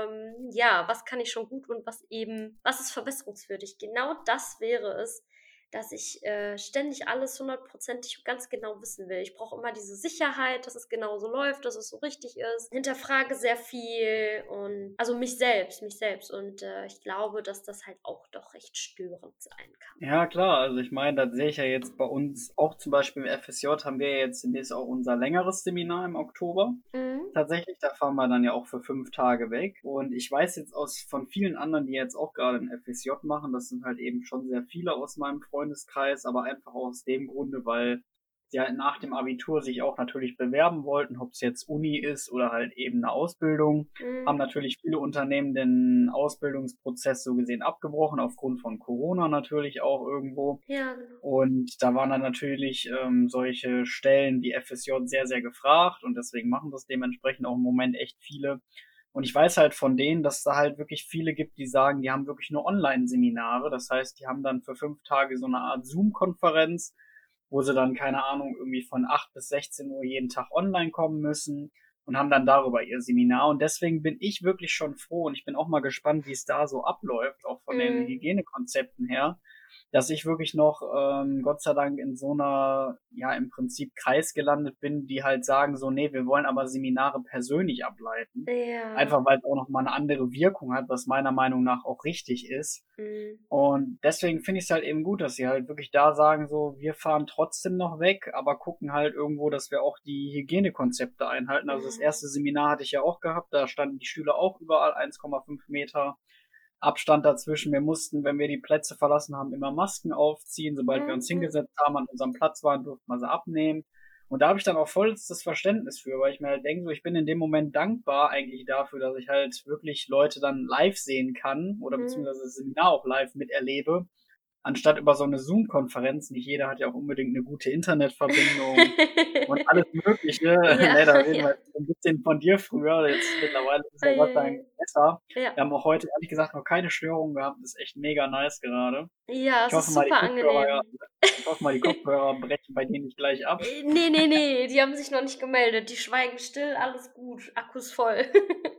ja, was kann ich schon gut und was ist verbesserungswürdig. Genau das wäre es, dass ich ständig alles hundertprozentig ganz genau wissen will. Ich brauche immer diese Sicherheit, dass es genau so läuft, dass es so richtig ist. Hinterfrage sehr viel und also mich selbst. Und ich glaube, dass das halt auch doch recht störend sein kann. Ja, klar, also ich meine, das sehe ich ja jetzt bei uns auch zum Beispiel im FSJ haben wir ja jetzt demnächst auch unser längeres Seminar im Oktober. Mhm. Tatsächlich, da fahren wir dann ja auch für 5 Tage weg. Und ich weiß jetzt von vielen anderen, die jetzt auch gerade ein FSJ machen, das sind halt eben schon sehr viele aus meinem Freundeskreis, aber einfach aus dem Grunde, weil sie halt nach dem Abitur sich auch natürlich bewerben wollten, ob es jetzt Uni ist oder halt eben eine Ausbildung. Haben Mhm. natürlich viele Unternehmen den Ausbildungsprozess so gesehen abgebrochen, aufgrund von Corona natürlich auch irgendwo. Ja, genau. Und da waren dann natürlich solche Stellen wie FSJ sehr, sehr gefragt und deswegen machen das dementsprechend auch im Moment echt viele. Und ich weiß halt von denen, dass da halt wirklich viele gibt, die sagen, die haben wirklich nur Online-Seminare. Das heißt, die haben dann für 5 Tage so eine Art Zoom-Konferenz, wo sie dann, keine Ahnung, irgendwie von 8 bis 16 Uhr jeden Tag online kommen müssen und haben dann darüber ihr Seminar. Und deswegen bin ich wirklich schon froh und ich bin auch mal gespannt, wie es da so abläuft, auch von den Mhm. Hygienekonzepten her, dass ich wirklich noch, Gott sei Dank, in so einer, ja, im Prinzip Kreis gelandet bin, die halt sagen so, nee, wir wollen aber Seminare persönlich ableiten. Ja. Einfach weil es auch noch mal eine andere Wirkung hat, was meiner Meinung nach auch richtig ist. Mhm. Und deswegen finde ich es halt eben gut, dass sie halt wirklich da sagen, so, wir fahren trotzdem noch weg, aber gucken halt irgendwo, dass wir auch die Hygienekonzepte einhalten. Also das Mhm. erste Seminar hatte ich ja auch gehabt, da standen die Schüler auch überall 1,5 Meter Abstand dazwischen. Wir mussten, wenn wir die Plätze verlassen haben, immer Masken aufziehen. Sobald wir uns Mhm. hingesetzt haben, an unserem Platz waren, durften wir sie abnehmen. Und da habe ich dann auch vollstes Verständnis für, weil ich mir halt denke, so, ich bin in dem Moment dankbar eigentlich dafür, dass ich halt wirklich Leute dann live sehen kann oder Mhm. beziehungsweise das Seminar auch live miterlebe, anstatt über so eine Zoom-Konferenz. Nicht jeder hat ja auch unbedingt eine gute Internetverbindung und alles Mögliche. Ja, Ne, da reden wir ja. jetzt so ein bisschen von dir früher. Jetzt mittlerweile ist Oh ja je, Gott sei Dank je. besser. Ja. Wir haben auch heute ehrlich gesagt noch keine Störungen gehabt. Das ist echt mega nice gerade. Ja, Ich es ist hoffe mal, super angenehm. Die Kopfhörer brechen bei dir nicht gleich ab. Ne, ne, ne, die haben sich noch nicht gemeldet. Die schweigen still, alles gut, Akku ist voll.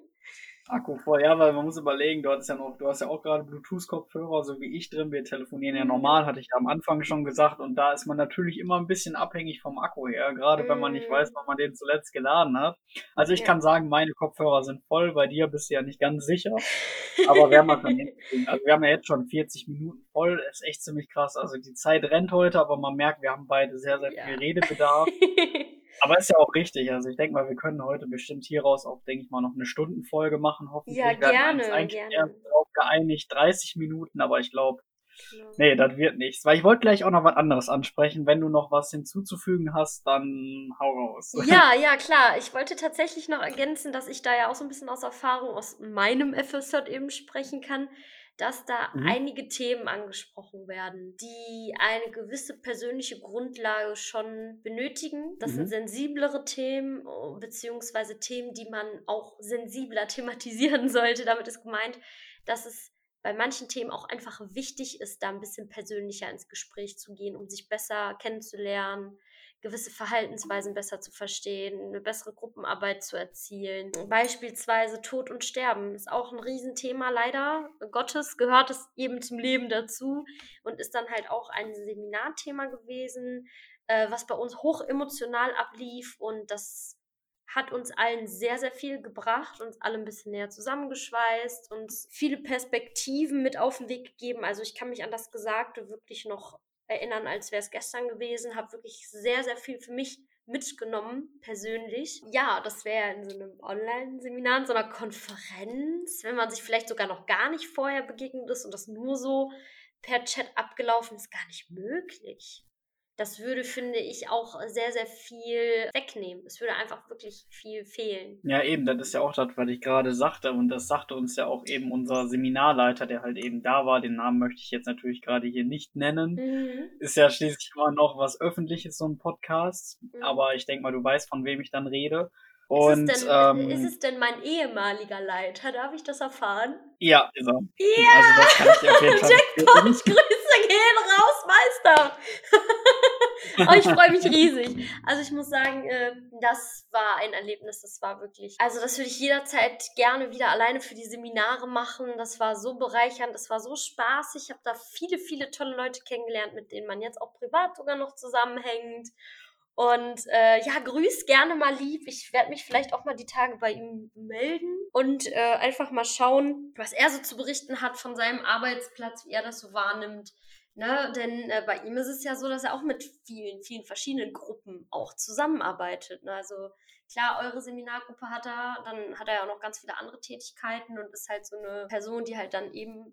Akku voll, ja, weil man muss überlegen, du hast ja auch gerade Bluetooth-Kopfhörer, so wie ich drin. Wir telefonieren ja normal, Genau. hatte ich ja am Anfang schon gesagt. Und da ist man natürlich immer ein bisschen abhängig vom Akku her, gerade wenn man nicht weiß, Mhm. wann man den zuletzt geladen hat. Also ich Ja. kann sagen, meine Kopfhörer sind voll, bei dir bist du ja nicht ganz sicher. Aber werden wir schon hinkriegen. Also wir haben ja jetzt schon 40 Minuten voll, ist echt ziemlich krass. Also die Zeit rennt heute, aber man merkt, wir haben beide sehr, sehr viel Ja. Redebedarf. Aber ist ja auch richtig. Also ich denke mal, wir können heute bestimmt hieraus auch, denke ich mal, noch eine Stundenfolge machen, Ja, hoffentlich. Wir hatten uns gerne, eigentlich erst gerne. darauf geeinigt, 30 Minuten, aber ich glaube, Genau. Nee, das wird nichts. Weil ich wollte gleich auch noch was anderes ansprechen. Wenn du noch was hinzuzufügen hast, dann hau raus. Ja, klar. Ich wollte tatsächlich noch ergänzen, dass ich da ja auch so ein bisschen aus Erfahrung aus meinem FSJ eben sprechen kann, dass da Mhm. einige Themen angesprochen werden, die eine gewisse persönliche Grundlage schon benötigen. Das sind Mhm. sensiblere Themen, beziehungsweise Themen, die man auch sensibler thematisieren sollte. Damit ist gemeint, dass es bei manchen Themen auch einfach wichtig ist, da ein bisschen persönlicher ins Gespräch zu gehen, um sich besser kennenzulernen, gewisse Verhaltensweisen besser zu verstehen, eine bessere Gruppenarbeit zu erzielen. Beispielsweise Tod und Sterben ist auch ein Riesenthema, leider Gottes gehört es eben zum Leben dazu und ist dann halt auch ein Seminarthema gewesen, was bei uns hoch emotional ablief, und das hat uns allen sehr, sehr viel gebracht, uns alle ein bisschen näher zusammengeschweißt, uns viele Perspektiven mit auf den Weg gegeben. Also ich kann mich an das Gesagte wirklich noch erinnern, als wäre es gestern gewesen, habe wirklich sehr, sehr viel für mich mitgenommen, persönlich. Ja, das wäre in so einem Online-Seminar, in so einer Konferenz, wenn man sich vielleicht sogar noch gar nicht vorher begegnet ist und das nur so per Chat abgelaufen ist, gar nicht möglich. Das würde, finde ich, auch sehr, sehr viel wegnehmen. Es würde einfach wirklich viel fehlen. Ja, eben, das ist ja auch das, was ich gerade sagte. Und das sagte uns ja auch eben unser Seminarleiter, der halt eben da war. Den Namen möchte ich jetzt natürlich gerade hier nicht nennen. Mhm. Ist ja schließlich immer noch was Öffentliches, so ein Podcast. Mhm. Aber ich denke mal, du weißt, von wem ich dann rede. Ist es denn mein ehemaliger Leiter? Darf ich das erfahren? Ja, ist er. Ja! Also das kann ich dir auf jeden Fall Jackpot! bestätigen. Grüße gehen raus, Meister! Oh, ich freue mich riesig. Also ich muss sagen, das war ein Erlebnis, das war wirklich, also das würde ich jederzeit gerne wieder alleine für die Seminare machen. Das war so bereichernd, das war so spaßig. Ich habe da viele, viele tolle Leute kennengelernt, mit denen man jetzt auch privat sogar noch zusammenhängt. Und ja, grüß gerne mal lieb. Ich werde mich vielleicht auch mal die Tage bei ihm melden und einfach mal schauen, was er so zu berichten hat von seinem Arbeitsplatz, wie er das so wahrnimmt. Ne? Denn bei ihm ist es ja so, dass er auch mit vielen, vielen verschiedenen Gruppen auch zusammenarbeitet. Ne? Also klar, eure Seminargruppe hat er, dann hat er ja auch noch ganz viele andere Tätigkeiten und ist halt so eine Person, die halt dann eben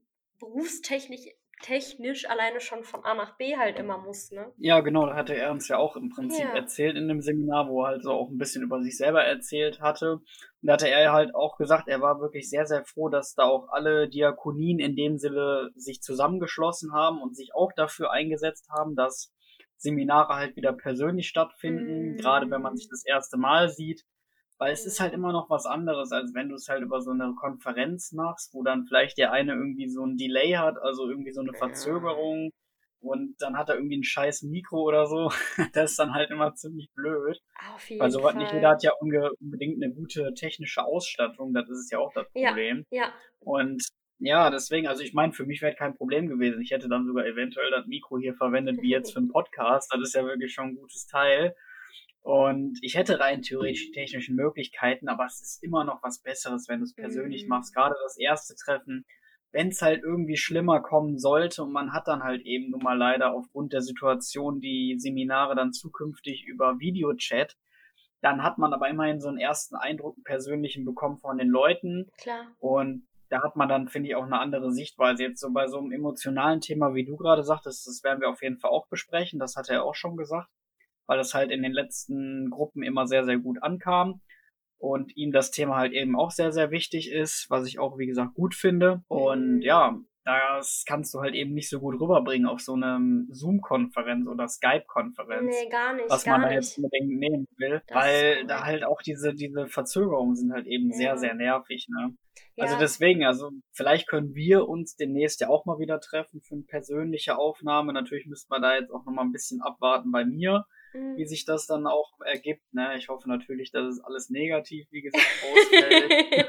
berufstechnisch alleine schon von A nach B halt immer muss, ne? Ja, genau, da hatte er uns ja auch im Prinzip Ja. erzählt in dem Seminar, wo er halt so auch ein bisschen über sich selber erzählt hatte. Und da hatte er halt auch gesagt, er war wirklich sehr, sehr froh, dass da auch alle Diakonien in dem Sinne sich zusammengeschlossen haben und sich auch dafür eingesetzt haben, dass Seminare halt wieder persönlich stattfinden, gerade wenn man sich das erste Mal sieht. Weil es ist halt immer noch was anderes, als wenn du es halt über so eine Konferenz machst, wo dann vielleicht der eine irgendwie so ein Delay hat, also irgendwie so eine Verzögerung, und dann hat er irgendwie ein scheiß Mikro oder so. Das ist dann halt immer ziemlich blöd. Auf Weil jeden so was nicht jeder Fall. hat ja unbedingt eine gute technische Ausstattung, das ist ja auch das Ja, Problem. ja. Und ja, deswegen, also ich meine, für mich wäre kein Problem gewesen. Ich hätte dann sogar eventuell das Mikro hier verwendet, wie jetzt für einen Podcast. Das ist ja wirklich schon ein gutes Teil. Und ich hätte rein theoretisch die technischen Möglichkeiten, aber es ist immer noch was Besseres, wenn du es persönlich machst. Gerade das erste Treffen, wenn es halt irgendwie schlimmer kommen sollte und man hat dann halt eben nun mal leider aufgrund der Situation die Seminare dann zukünftig über Videochat, dann hat man aber immerhin so einen ersten Eindruck, einen persönlichen bekommen von den Leuten. Klar. Und da hat man dann, finde ich, auch eine andere Sichtweise. Jetzt so bei so einem emotionalen Thema, wie du gerade sagtest, das werden wir auf jeden Fall auch besprechen. Das hat er auch schon gesagt, weil das halt in den letzten Gruppen immer sehr, sehr gut ankam und ihm das Thema halt eben auch sehr, sehr wichtig ist, was ich auch, wie gesagt, gut finde. Und ja, das kannst du halt eben nicht so gut rüberbringen auf so einem Zoom-Konferenz oder Skype-Konferenz, Nee, gar nicht, was man gar da jetzt nicht. unbedingt nehmen will, Das ist weil da korrekt. halt auch diese Verzögerungen sind halt eben sehr, Ja. sehr nervig, ne? Also Ja. deswegen, also vielleicht können wir uns demnächst ja auch mal wieder treffen für eine persönliche Aufnahme. Natürlich müssten wir da jetzt auch noch mal ein bisschen abwarten bei mir, wie sich das dann auch ergibt. Ne? Ich hoffe natürlich, dass es alles negativ, wie gesagt, ausfällt.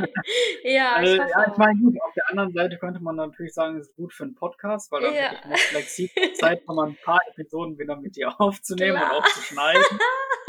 Ja, ich hoffe Ja, ich auch. meine, gut, auf der anderen Seite könnte man natürlich sagen, es ist gut für einen Podcast, weil dann Ja. hätte ich noch flexibel Zeit, noch mal ein paar Episoden wieder mit dir aufzunehmen und Klar. auch zu schneiden.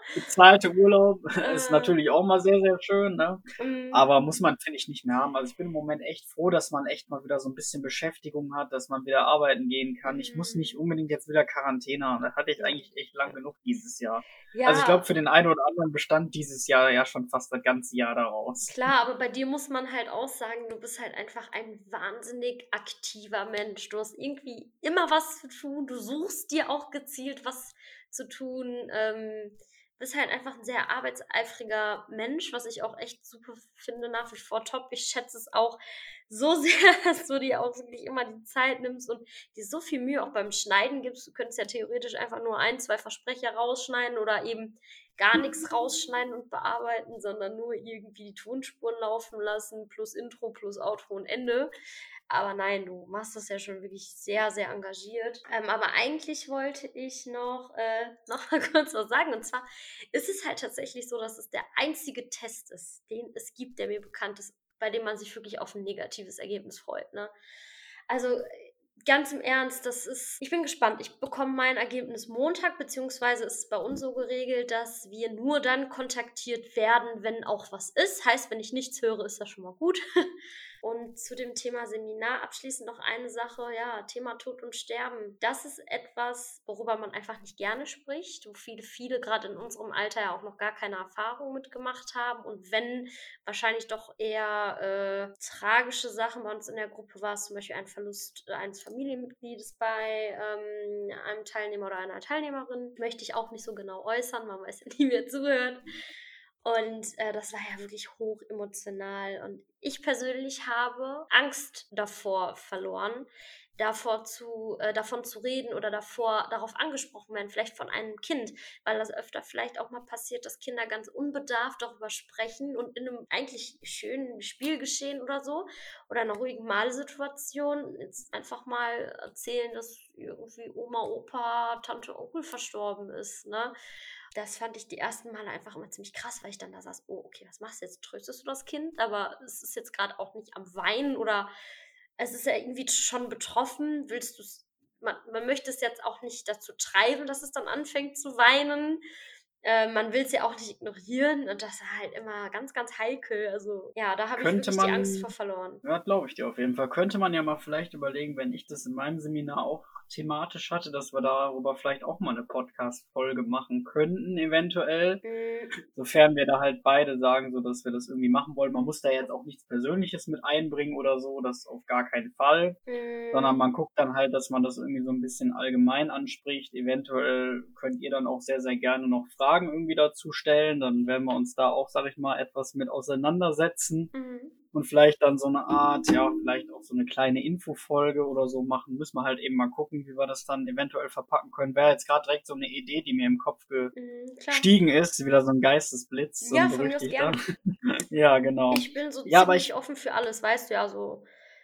Bezahlte Urlaub ist Äh, natürlich auch mal sehr, sehr schön, ne? mm, Aber muss man, finde ich, nicht mehr haben. Also ich bin im Moment echt froh, dass man echt mal wieder so ein bisschen Beschäftigung hat, dass man wieder arbeiten gehen kann. Ich muss nicht mm, unbedingt jetzt wieder Quarantäne haben. Das hatte ich nee. eigentlich echt lang genug dieses Jahr. Also ich glaube, Ja, für den einen oder anderen bestand dieses Jahr ja schon fast das ganze Jahr daraus. klar, aber bei dir muss man halt auch sagen, du bist halt einfach ein wahnsinnig aktiver Mensch. Du hast irgendwie immer was zu tun. Du suchst dir auch gezielt was zu tun. Bist halt einfach ein sehr arbeitseifriger Mensch, was ich auch echt super finde, nach wie vor top. Ich schätze es auch so sehr, dass du dir auch wirklich immer die Zeit nimmst und dir so viel Mühe auch beim Schneiden gibst. Du könntest ja theoretisch einfach nur ein, zwei Versprecher rausschneiden oder eben gar nichts rausschneiden und bearbeiten, sondern nur irgendwie die Tonspuren laufen lassen, plus Intro, plus Outro und Ende. Aber nein, du machst das ja schon wirklich sehr, sehr engagiert. Aber eigentlich wollte ich noch mal kurz was sagen. Und zwar ist es halt tatsächlich so, dass es der einzige Test ist, den es gibt, der mir bekannt ist, bei dem man sich wirklich auf ein negatives Ergebnis freut. Ne? Also ganz im Ernst, ich bin gespannt. Ich bekomme mein Ergebnis Montag, beziehungsweise ist es bei uns so geregelt, dass wir nur dann kontaktiert werden, wenn auch was ist. Heißt, wenn ich nichts höre, ist das schon mal gut. Und zu dem Thema Seminar abschließend noch eine Sache, ja, Thema Tod und Sterben. Das ist etwas, worüber man einfach nicht gerne spricht, wo viele gerade in unserem Alter ja auch noch gar keine Erfahrung mitgemacht haben. Und wenn, wahrscheinlich doch eher tragische Sachen. Bei uns in der Gruppe war es zum Beispiel ein Verlust eines Familienmitgliedes bei einem Teilnehmer oder einer Teilnehmerin. Möchte ich auch nicht so genau äußern, man weiß ja nie, wer zuhört. Und das war ja wirklich hoch emotional. Und ich persönlich habe Angst davor verloren, davon zu reden oder darauf angesprochen werden, vielleicht von einem Kind, weil das öfter vielleicht auch mal passiert, dass Kinder ganz unbedarft darüber sprechen und in einem eigentlich schönen Spielgeschehen oder so oder einer ruhigen Malsituation jetzt einfach mal erzählen, dass irgendwie Oma, Opa, Tante, Onkel verstorben ist, ne? Das fand ich die ersten Male einfach immer ziemlich krass, weil ich dann da saß, oh, okay, was machst du jetzt? Tröstest du das Kind? Aber es ist jetzt gerade auch nicht am Weinen oder es ist ja irgendwie schon betroffen. Willst du es, man möchte es jetzt auch nicht dazu treiben, dass es dann anfängt zu weinen. Man will es ja auch nicht ignorieren und das ist halt immer ganz, ganz heikel. Also ja, da habe ich Könnte wirklich die Angst man vor verloren. Ja, glaube ich dir auf jeden Fall. Könnte man ja mal vielleicht überlegen, wenn ich das in meinem Seminar auch thematisch hatte, dass wir darüber vielleicht auch mal eine Podcast-Folge machen könnten, eventuell. Mm, Sofern wir da halt beide sagen, so dass wir das irgendwie machen wollen. Man muss da jetzt auch nichts Persönliches mit einbringen oder so, das auf gar keinen Fall. Sondern mm, man guckt dann halt, dass man das irgendwie so ein bisschen allgemein anspricht. Eventuell könnt ihr dann auch sehr, sehr gerne noch Fragen irgendwie dazu stellen. Dann werden wir uns da auch, sag ich mal, etwas mit auseinandersetzen mm. und vielleicht dann so eine Art, ja, vielleicht auch so eine kleine Infofolge oder so machen. Müssen wir halt eben mal gucken, wie wir das dann eventuell verpacken können. Wäre jetzt gerade direkt so eine Idee, die mir im Kopf Klar. gestiegen ist. Wieder so ein Geistesblitz, so Ja, ein von mir aus berüchtigter. gerne. Ja, genau. Ich bin so Ja, aber ziemlich offen für alles, weißt du ja so.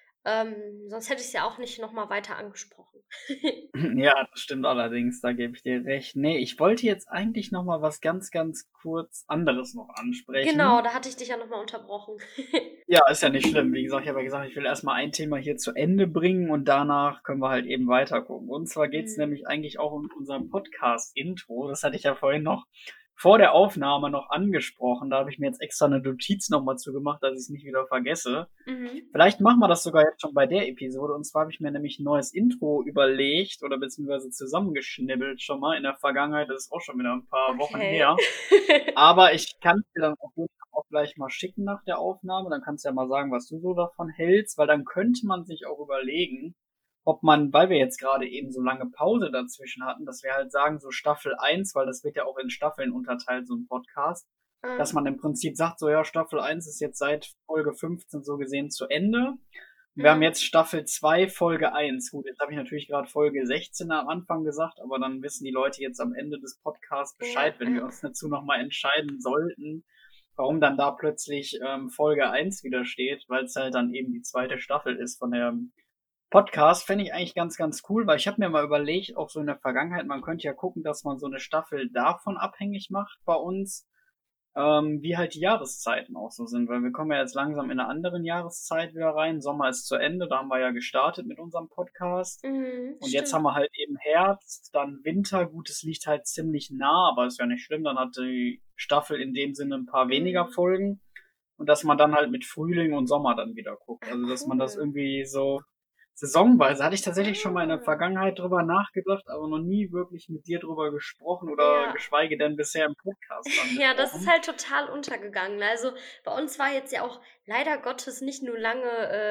Sonst hätte ich es ja auch nicht noch mal weiter angesprochen. ja, das stimmt allerdings, da gebe ich dir recht. Nee, ich wollte jetzt eigentlich noch mal was ganz, ganz kurz anderes noch Genau, ansprechen. da hatte ich dich ja noch mal unterbrochen. Ja, ist ja nicht schlimm. Wie gesagt, ich habe ja gesagt, ich will erstmal ein Thema hier zu Ende bringen und danach können wir halt eben weiter gucken. Und zwar geht's Mhm. nämlich eigentlich auch um unser Podcast-Intro. Das hatte ich ja vorhin noch vor der Aufnahme noch angesprochen. Da habe ich mir jetzt extra eine Notiz nochmal zugemacht, dass ich es nicht wieder vergesse. Mhm. Vielleicht machen wir das sogar jetzt schon bei der Episode. Und zwar habe ich mir nämlich ein neues Intro überlegt oder beziehungsweise zusammengeschnibbelt schon mal in der Vergangenheit. Das ist auch schon wieder ein paar Wochen Okay. her. Aber ich kann es dir dann auf jeden Fall auch gleich mal schicken nach der Aufnahme. Dann kannst du ja mal sagen, was du so davon hältst, weil dann könnte man sich auch überlegen, ob man, weil wir jetzt gerade eben so lange Pause dazwischen hatten, dass wir halt sagen, so Staffel 1, weil das wird ja auch in Staffeln unterteilt, so ein Podcast, dass Ah, man im Prinzip sagt, so ja, Staffel 1 ist jetzt seit Folge 15 so gesehen zu Ende. Wir haben mhm. jetzt Staffel 2 Folge 1. Gut, jetzt habe ich natürlich gerade Folge 16 am Anfang gesagt, aber dann wissen die Leute jetzt am Ende des Podcasts Ja, Bescheid, wenn wir ja. uns dazu nochmal entscheiden sollten, warum dann da plötzlich Folge 1 wieder steht, weil es halt dann eben die zweite Staffel ist von der Podcast. Fände ich eigentlich ganz, ganz cool, weil ich habe mir mal überlegt, auch so in der Vergangenheit, man könnte ja gucken, dass man so eine Staffel davon abhängig macht bei uns wie halt die Jahreszeiten auch so sind, weil wir kommen ja jetzt langsam in einer anderen Jahreszeit wieder rein. Sommer ist zu Ende, da haben wir ja gestartet mit unserem Podcast. Und jetzt haben Stimmt. wir halt eben Herbst, dann Winter. Gut, es liegt halt ziemlich nah, aber ist ja nicht schlimm. Dann hat die Staffel in dem Sinne ein paar weniger Mhm. Folgen. Und dass man dann halt mit Frühling und Sommer dann wieder guckt. Ah, Also, dass man das cool. irgendwie so saisonweise, hatte ich tatsächlich schon mal in der Ah, Vergangenheit drüber nachgedacht, aber noch nie wirklich mit dir drüber gesprochen oder ja. geschweige denn bisher im Podcast dann Ja, das ist besprochen. halt total untergegangen. Also, bei uns war jetzt ja auch leider Gottes nicht nur lange,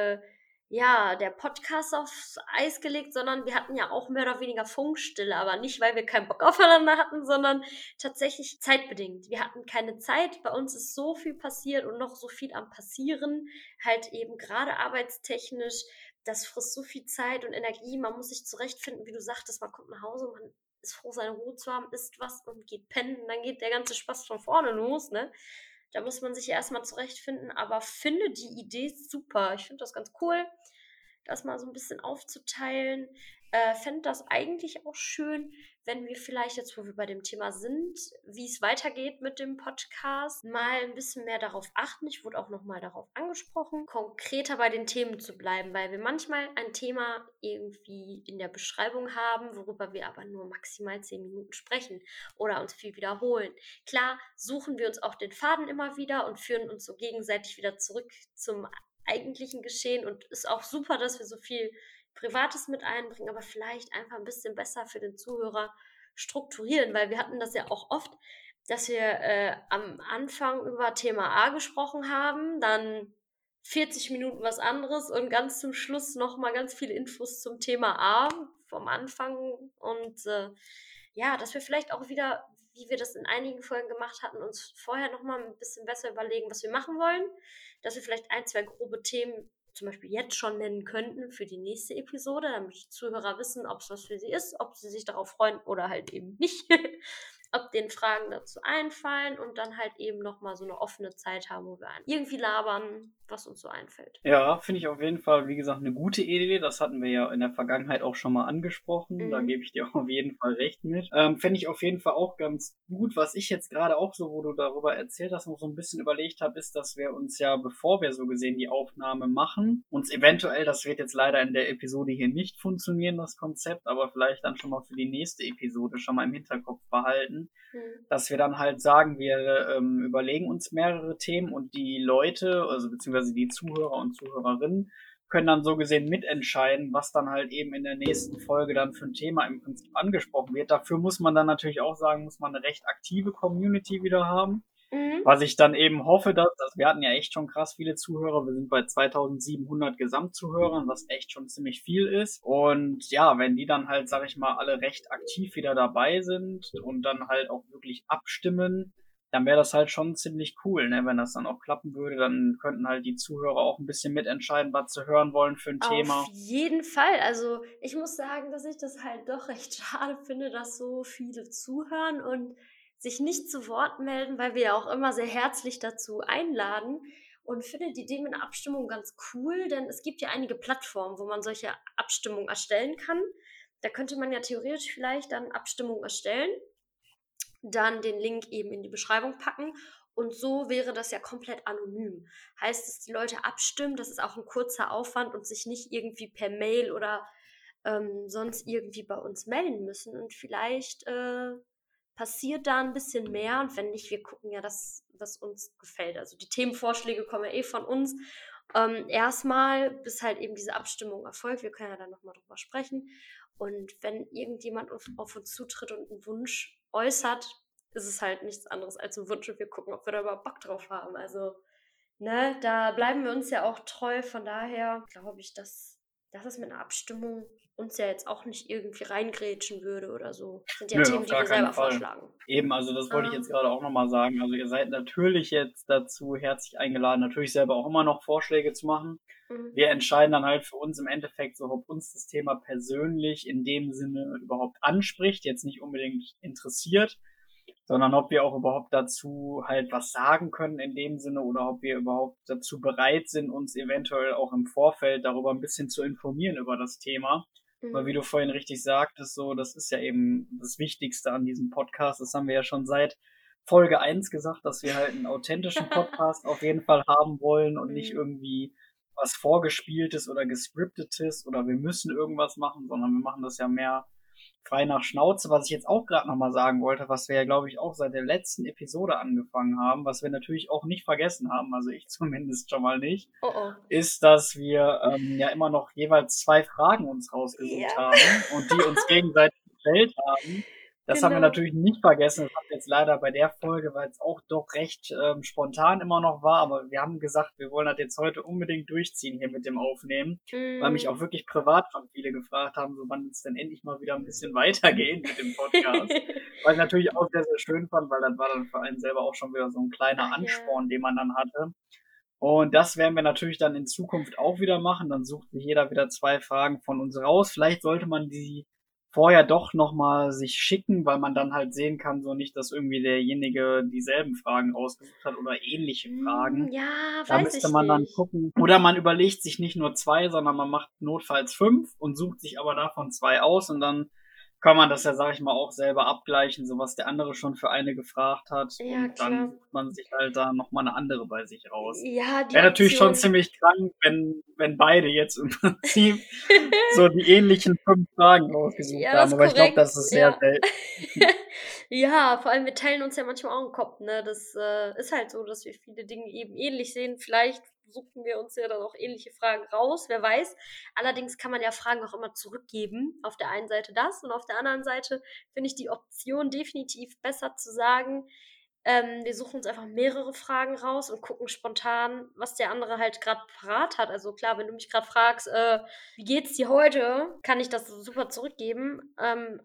ja, der Podcast aufs Eis gelegt, sondern wir hatten ja auch mehr oder weniger Funkstille, aber nicht, weil wir keinen Bock aufeinander hatten, sondern tatsächlich zeitbedingt. Wir hatten keine Zeit. Bei uns ist so viel passiert und noch so viel am Passieren, halt eben gerade arbeitstechnisch. Das frisst so viel Zeit und Energie. Man muss sich zurechtfinden, wie du sagtest, man kommt nach Hause, man ist froh, seine Ruhe zu haben, isst was und geht pennen. Und dann geht der ganze Spaß von vorne los, ne? Da muss man sich ja erstmal zurechtfinden, aber finde die Idee super. Ich finde das ganz cool, das mal so ein bisschen aufzuteilen. Fände das eigentlich auch schön, wenn wir vielleicht jetzt, wo wir bei dem Thema sind, wie es weitergeht mit dem Podcast, mal ein bisschen mehr darauf achten. Ich wurde auch nochmal darauf angesprochen, konkreter bei den Themen zu bleiben, weil wir manchmal ein Thema irgendwie in der Beschreibung haben, worüber wir aber nur maximal 10 Minuten sprechen oder uns viel wiederholen. Klar, suchen wir uns auch den Faden immer wieder und führen uns so gegenseitig wieder zurück zum eigentlichen Geschehen und ist auch super, dass wir so viel Privates mit einbringen, aber vielleicht einfach ein bisschen besser für den Zuhörer strukturieren, weil wir hatten das ja auch oft, dass wir am Anfang über Thema A gesprochen haben, dann 40 Minuten was anderes und ganz zum Schluss nochmal ganz viele Infos zum Thema A vom Anfang und ja, dass wir vielleicht auch wieder, wie wir das in einigen Folgen gemacht hatten, uns vorher nochmal ein bisschen besser überlegen, was wir machen wollen, dass wir vielleicht ein, zwei grobe Themen zum Beispiel jetzt schon nennen könnten für die nächste Episode, damit die Zuhörer wissen, ob es was für sie ist, ob sie sich darauf freuen oder halt eben nicht. Ob denen Fragen dazu einfallen und dann halt eben nochmal so eine offene Zeit haben, wo wir irgendwie labern, was uns so einfällt. Ja, finde ich auf jeden Fall, wie gesagt, eine gute Idee. Das hatten wir ja in der Vergangenheit auch schon mal angesprochen. Da Mhm. gebe ich dir auf jeden Fall recht mit. Fände ich auf jeden Fall auch ganz gut. Was ich jetzt gerade auch so, wo du darüber erzählt hast, noch so ein bisschen überlegt habe, ist, dass wir uns ja, bevor wir so gesehen die Aufnahme machen, uns eventuell, das wird jetzt leider in der Episode hier nicht funktionieren, das Konzept, aber vielleicht dann schon mal für die nächste Episode schon mal im Hinterkopf behalten, Mhm. dass wir dann halt sagen, wir überlegen uns mehrere Themen und die Leute, also beziehungsweise die Zuhörer und Zuhörerinnen, können dann so gesehen mitentscheiden, was dann halt eben in der nächsten Folge dann für ein Thema im Prinzip angesprochen wird. Dafür muss man dann natürlich auch sagen, muss man eine recht aktive Community wieder haben. Mhm. Was ich dann eben hoffe, dass wir hatten ja echt schon krass viele Zuhörer. Wir sind bei 2700 Gesamtzuhörern, was echt schon ziemlich viel ist. Und ja, wenn die dann halt, sag ich mal, alle recht aktiv wieder dabei sind und dann halt auch wirklich abstimmen, dann wäre das halt schon ziemlich cool, ne? Wenn das dann auch klappen würde, dann könnten halt die Zuhörer auch ein bisschen mitentscheiden, was sie hören wollen für ein Auf Thema. jeden Fall. Also ich muss sagen, dass ich das halt doch recht schade finde, dass so viele zuhören und sich nicht zu Wort melden, weil wir ja auch immer sehr herzlich dazu einladen und finde die Idee mit einer Abstimmung ganz cool, denn es gibt ja einige Plattformen, wo man solche Abstimmungen erstellen kann. Da könnte man ja theoretisch vielleicht dann Abstimmungen erstellen, dann den Link eben in die Beschreibung packen. Und so wäre das ja komplett anonym. Heißt, dass die Leute abstimmen, das ist auch ein kurzer Aufwand und sich nicht irgendwie per Mail oder sonst irgendwie bei uns melden müssen. Und vielleicht passiert da ein bisschen mehr. Und wenn nicht, wir gucken ja das, was uns gefällt. Also die Themenvorschläge kommen ja eh von uns. Erstmal, bis halt eben diese Abstimmung erfolgt. Wir können ja dann nochmal drüber sprechen. Und wenn irgendjemand auf uns zutritt und einen Wunsch äußert, ist es halt nichts anderes als ein Wunsch und wir gucken, ob wir da überhaupt Bock drauf haben. Also, ne, da bleiben wir uns ja auch treu. Von daher glaube ich, dass es mit einer Abstimmung uns ja jetzt auch nicht irgendwie reingrätschen würde oder so. Das sind ja Nö, Themen, auf die gar wir keinen selber Fall. vorschlagen. Eben, also das wollte ich jetzt Ähm, gerade auch nochmal sagen. Also ihr seid natürlich jetzt dazu herzlich eingeladen, natürlich selber auch immer noch Vorschläge zu machen. mhm. Wir entscheiden dann halt für uns im Endeffekt so, ob uns das Thema persönlich in dem Sinne überhaupt anspricht, jetzt nicht unbedingt interessiert, sondern ob wir auch überhaupt dazu halt was sagen können in dem Sinne oder ob wir überhaupt dazu bereit sind, uns eventuell auch im Vorfeld darüber ein bisschen zu informieren über das Thema. Weil wie Mhm. du vorhin richtig sagtest, so, das ist ja eben das Wichtigste an diesem Podcast. Das haben wir ja schon seit Folge 1 gesagt, dass wir halt einen authentischen Podcast auf jeden Fall haben wollen und nicht Mhm. irgendwie was Vorgespieltes oder Gescriptetes oder wir müssen irgendwas machen, sondern wir machen das ja mehr frei nach Schnauze. Was ich jetzt auch gerade nochmal sagen wollte, was wir ja, glaube ich, auch seit der letzten Episode angefangen haben, was wir natürlich auch nicht vergessen haben, also ich zumindest schon mal nicht, Oh oh. ist, dass wir ja immer noch jeweils 2 Fragen uns rausgesucht Ja. haben und die uns gegenseitig gestellt haben. Das haben wir Genau. natürlich nicht vergessen. Das haben wir jetzt leider bei der Folge, weil es auch doch recht spontan immer noch war. Aber wir haben gesagt, wir wollen das jetzt heute unbedingt durchziehen hier mit dem Aufnehmen, weil mich auch wirklich privat schon viele gefragt haben, so wann es denn endlich mal wieder ein bisschen weitergeht mit dem Podcast. Was ich natürlich auch sehr, sehr schön fand, weil das war dann für einen selber auch schon wieder so ein kleiner Ach ja. Ansporn, den man dann hatte. Und das werden wir natürlich dann in Zukunft auch wieder machen. Dann sucht sich jeder wieder 2 Fragen von uns raus. Vielleicht sollte man die vorher doch nochmal sich schicken, weil man dann halt sehen kann, so nicht, dass irgendwie derjenige dieselben Fragen rausgesucht hat oder ähnliche Fragen. Ja, Da weiß müsste ich man dann nicht. gucken. Oder man überlegt sich nicht nur 2, sondern man macht notfalls 5 und sucht sich aber davon 2 aus und dann kann man das ja, sag ich mal, auch selber abgleichen, so was der andere schon für eine gefragt hat. Ja, Und dann klar. sucht man sich halt da nochmal eine andere bei sich raus. Ja, die Wäre natürlich schon Option. ziemlich krank, wenn beide jetzt im Prinzip so die ähnlichen 5 Fragen rausgesucht Ja, haben. das ist Aber ich glaube, korrekt. das ist sehr Ja. selten. Ja, vor allem wir teilen uns ja manchmal auch 'n Kopf, ne? Das, ist halt so, dass wir viele Dinge eben ähnlich sehen. Vielleicht suchen wir uns ja dann auch ähnliche Fragen raus, wer weiß. Allerdings kann man ja Fragen auch immer zurückgeben. Auf der einen Seite das und auf der anderen Seite finde ich die Option definitiv besser zu sagen, wir suchen uns einfach mehrere Fragen raus und gucken spontan, was der andere halt grad parat hat. Also klar, wenn du mich grad fragst: „Wie geht's dir heute?", kann ich das super zurückgeben.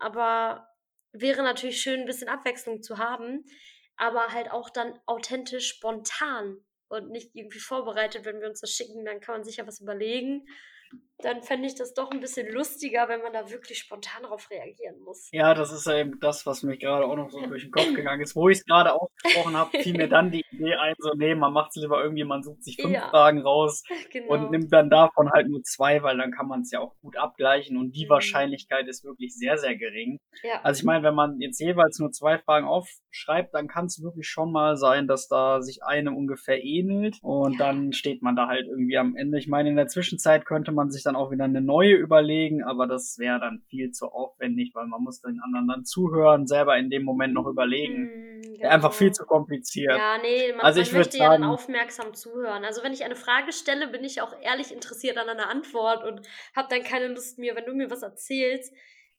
Aber wäre natürlich schön, 'n bisschen Abwechslung zu haben, aber halt auch dann authentisch spontan und nicht irgendwie vorbereitet. Wenn wir uns das schicken, dann kann man sich ja was überlegen. Dann fände ich das doch 'n bisschen lustiger, wenn man da wirklich spontan drauf reagieren muss. Ja, das ist ja eben das, was mich gerade auch noch so durch den Kopf gegangen ist. Wo ich's grade ausgesprochen habe, fiel mir dann die Idee ein, so, ne, man macht's lieber irgendwie, man sucht sich 5 Ja, Fragen raus und genau. nimmt dann davon halt nur 2, weil dann kann man's ja auch gut abgleichen und die Mhm. Wahrscheinlichkeit ist wirklich sehr, sehr gering. Ja. Also ich meine, wenn man jetzt jeweils nur 2 Fragen aufschreibt, dann kann's wirklich schon mal sein, dass da sich eine ungefähr ähnelt und Ja. dann steht man da halt irgendwie am Ende. Ich meine, in der Zwischenzeit könnte man sich dann auch wieder eine neue überlegen, aber das wäre dann viel zu aufwendig, weil man muss den anderen dann zuhören, selber in dem Moment noch überlegen. Wäre einfach viel Genau. zu kompliziert. Ja, ne, Also man ich würde möchte ja dann sagen, aufmerksam zuhören. Also, wenn ich eine Frage stelle, bin ich auch ehrlich interessiert an einer Antwort und habe dann keine Lust mir, wenn du mir was erzählst,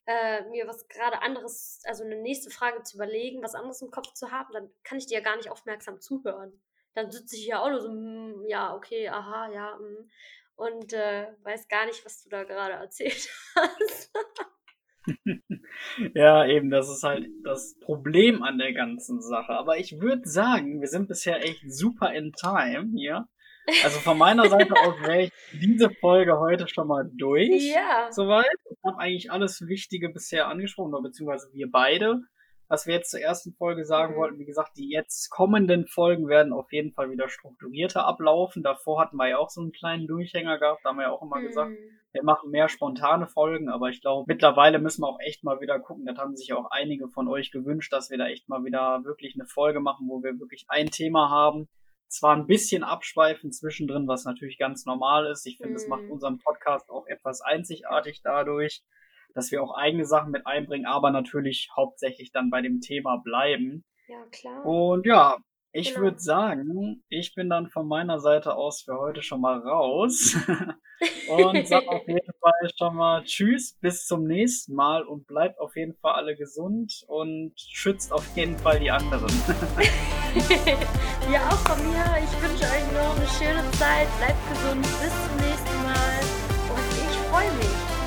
mir was grade anderes, also 'ne nächste Frage zu überlegen, was anderes im Kopf zu haben, dann kann ich dir ja gar nicht aufmerksam zuhören. Dann sitze ich ja auch nur so: ja, okay, aha, ja, und, weiß gar nicht, was du da grade erzählt hast. ja, eben, das ist halt das Problem an der ganzen Sache. Aber ich würde sagen, wir sind bisher echt super in time hier. Also von meiner Seite aus wäre ich diese Folge heute schon mal durch, Ja. soweit. Ich habe eigentlich alles Wichtige bisher angesprochen, oder beziehungsweise wir beide. Was wir jetzt zur ersten Folge sagen wollten, wie gesagt, die jetzt kommenden Folgen werden auf jeden Fall wieder strukturierter ablaufen. Davor hatten wir ja auch so einen kleinen Durchhänger gehabt, da haben wir ja auch immer gesagt, wir machen mehr spontane Folgen, aber ich glaube, mittlerweile müssen wir auch echt mal wieder gucken. Das haben sich ja auch einige von euch gewünscht, dass wir da echt mal wieder wirklich eine Folge machen, wo wir wirklich ein Thema haben. Zwar ein bisschen abschweifen zwischendrin, was natürlich ganz normal ist. Ich finde, es macht unseren Podcast auch etwas einzigartig dadurch, dass wir auch eigene Sachen mit einbringen, aber natürlich hauptsächlich dann bei dem Thema bleiben. Ja, klar. Und ja, ich Genau. würde sagen, ich bin dann von meiner Seite aus für heute schon mal raus und sag auf jeden Fall schon mal Tschüss, bis zum nächsten Mal und bleibt auf jeden Fall alle gesund und schützt auf jeden Fall die anderen. Ja, auch von mir. Ich wünsche euch noch eine schöne Zeit. Bleibt gesund. Bis zum nächsten Mal. Und ich freue mich.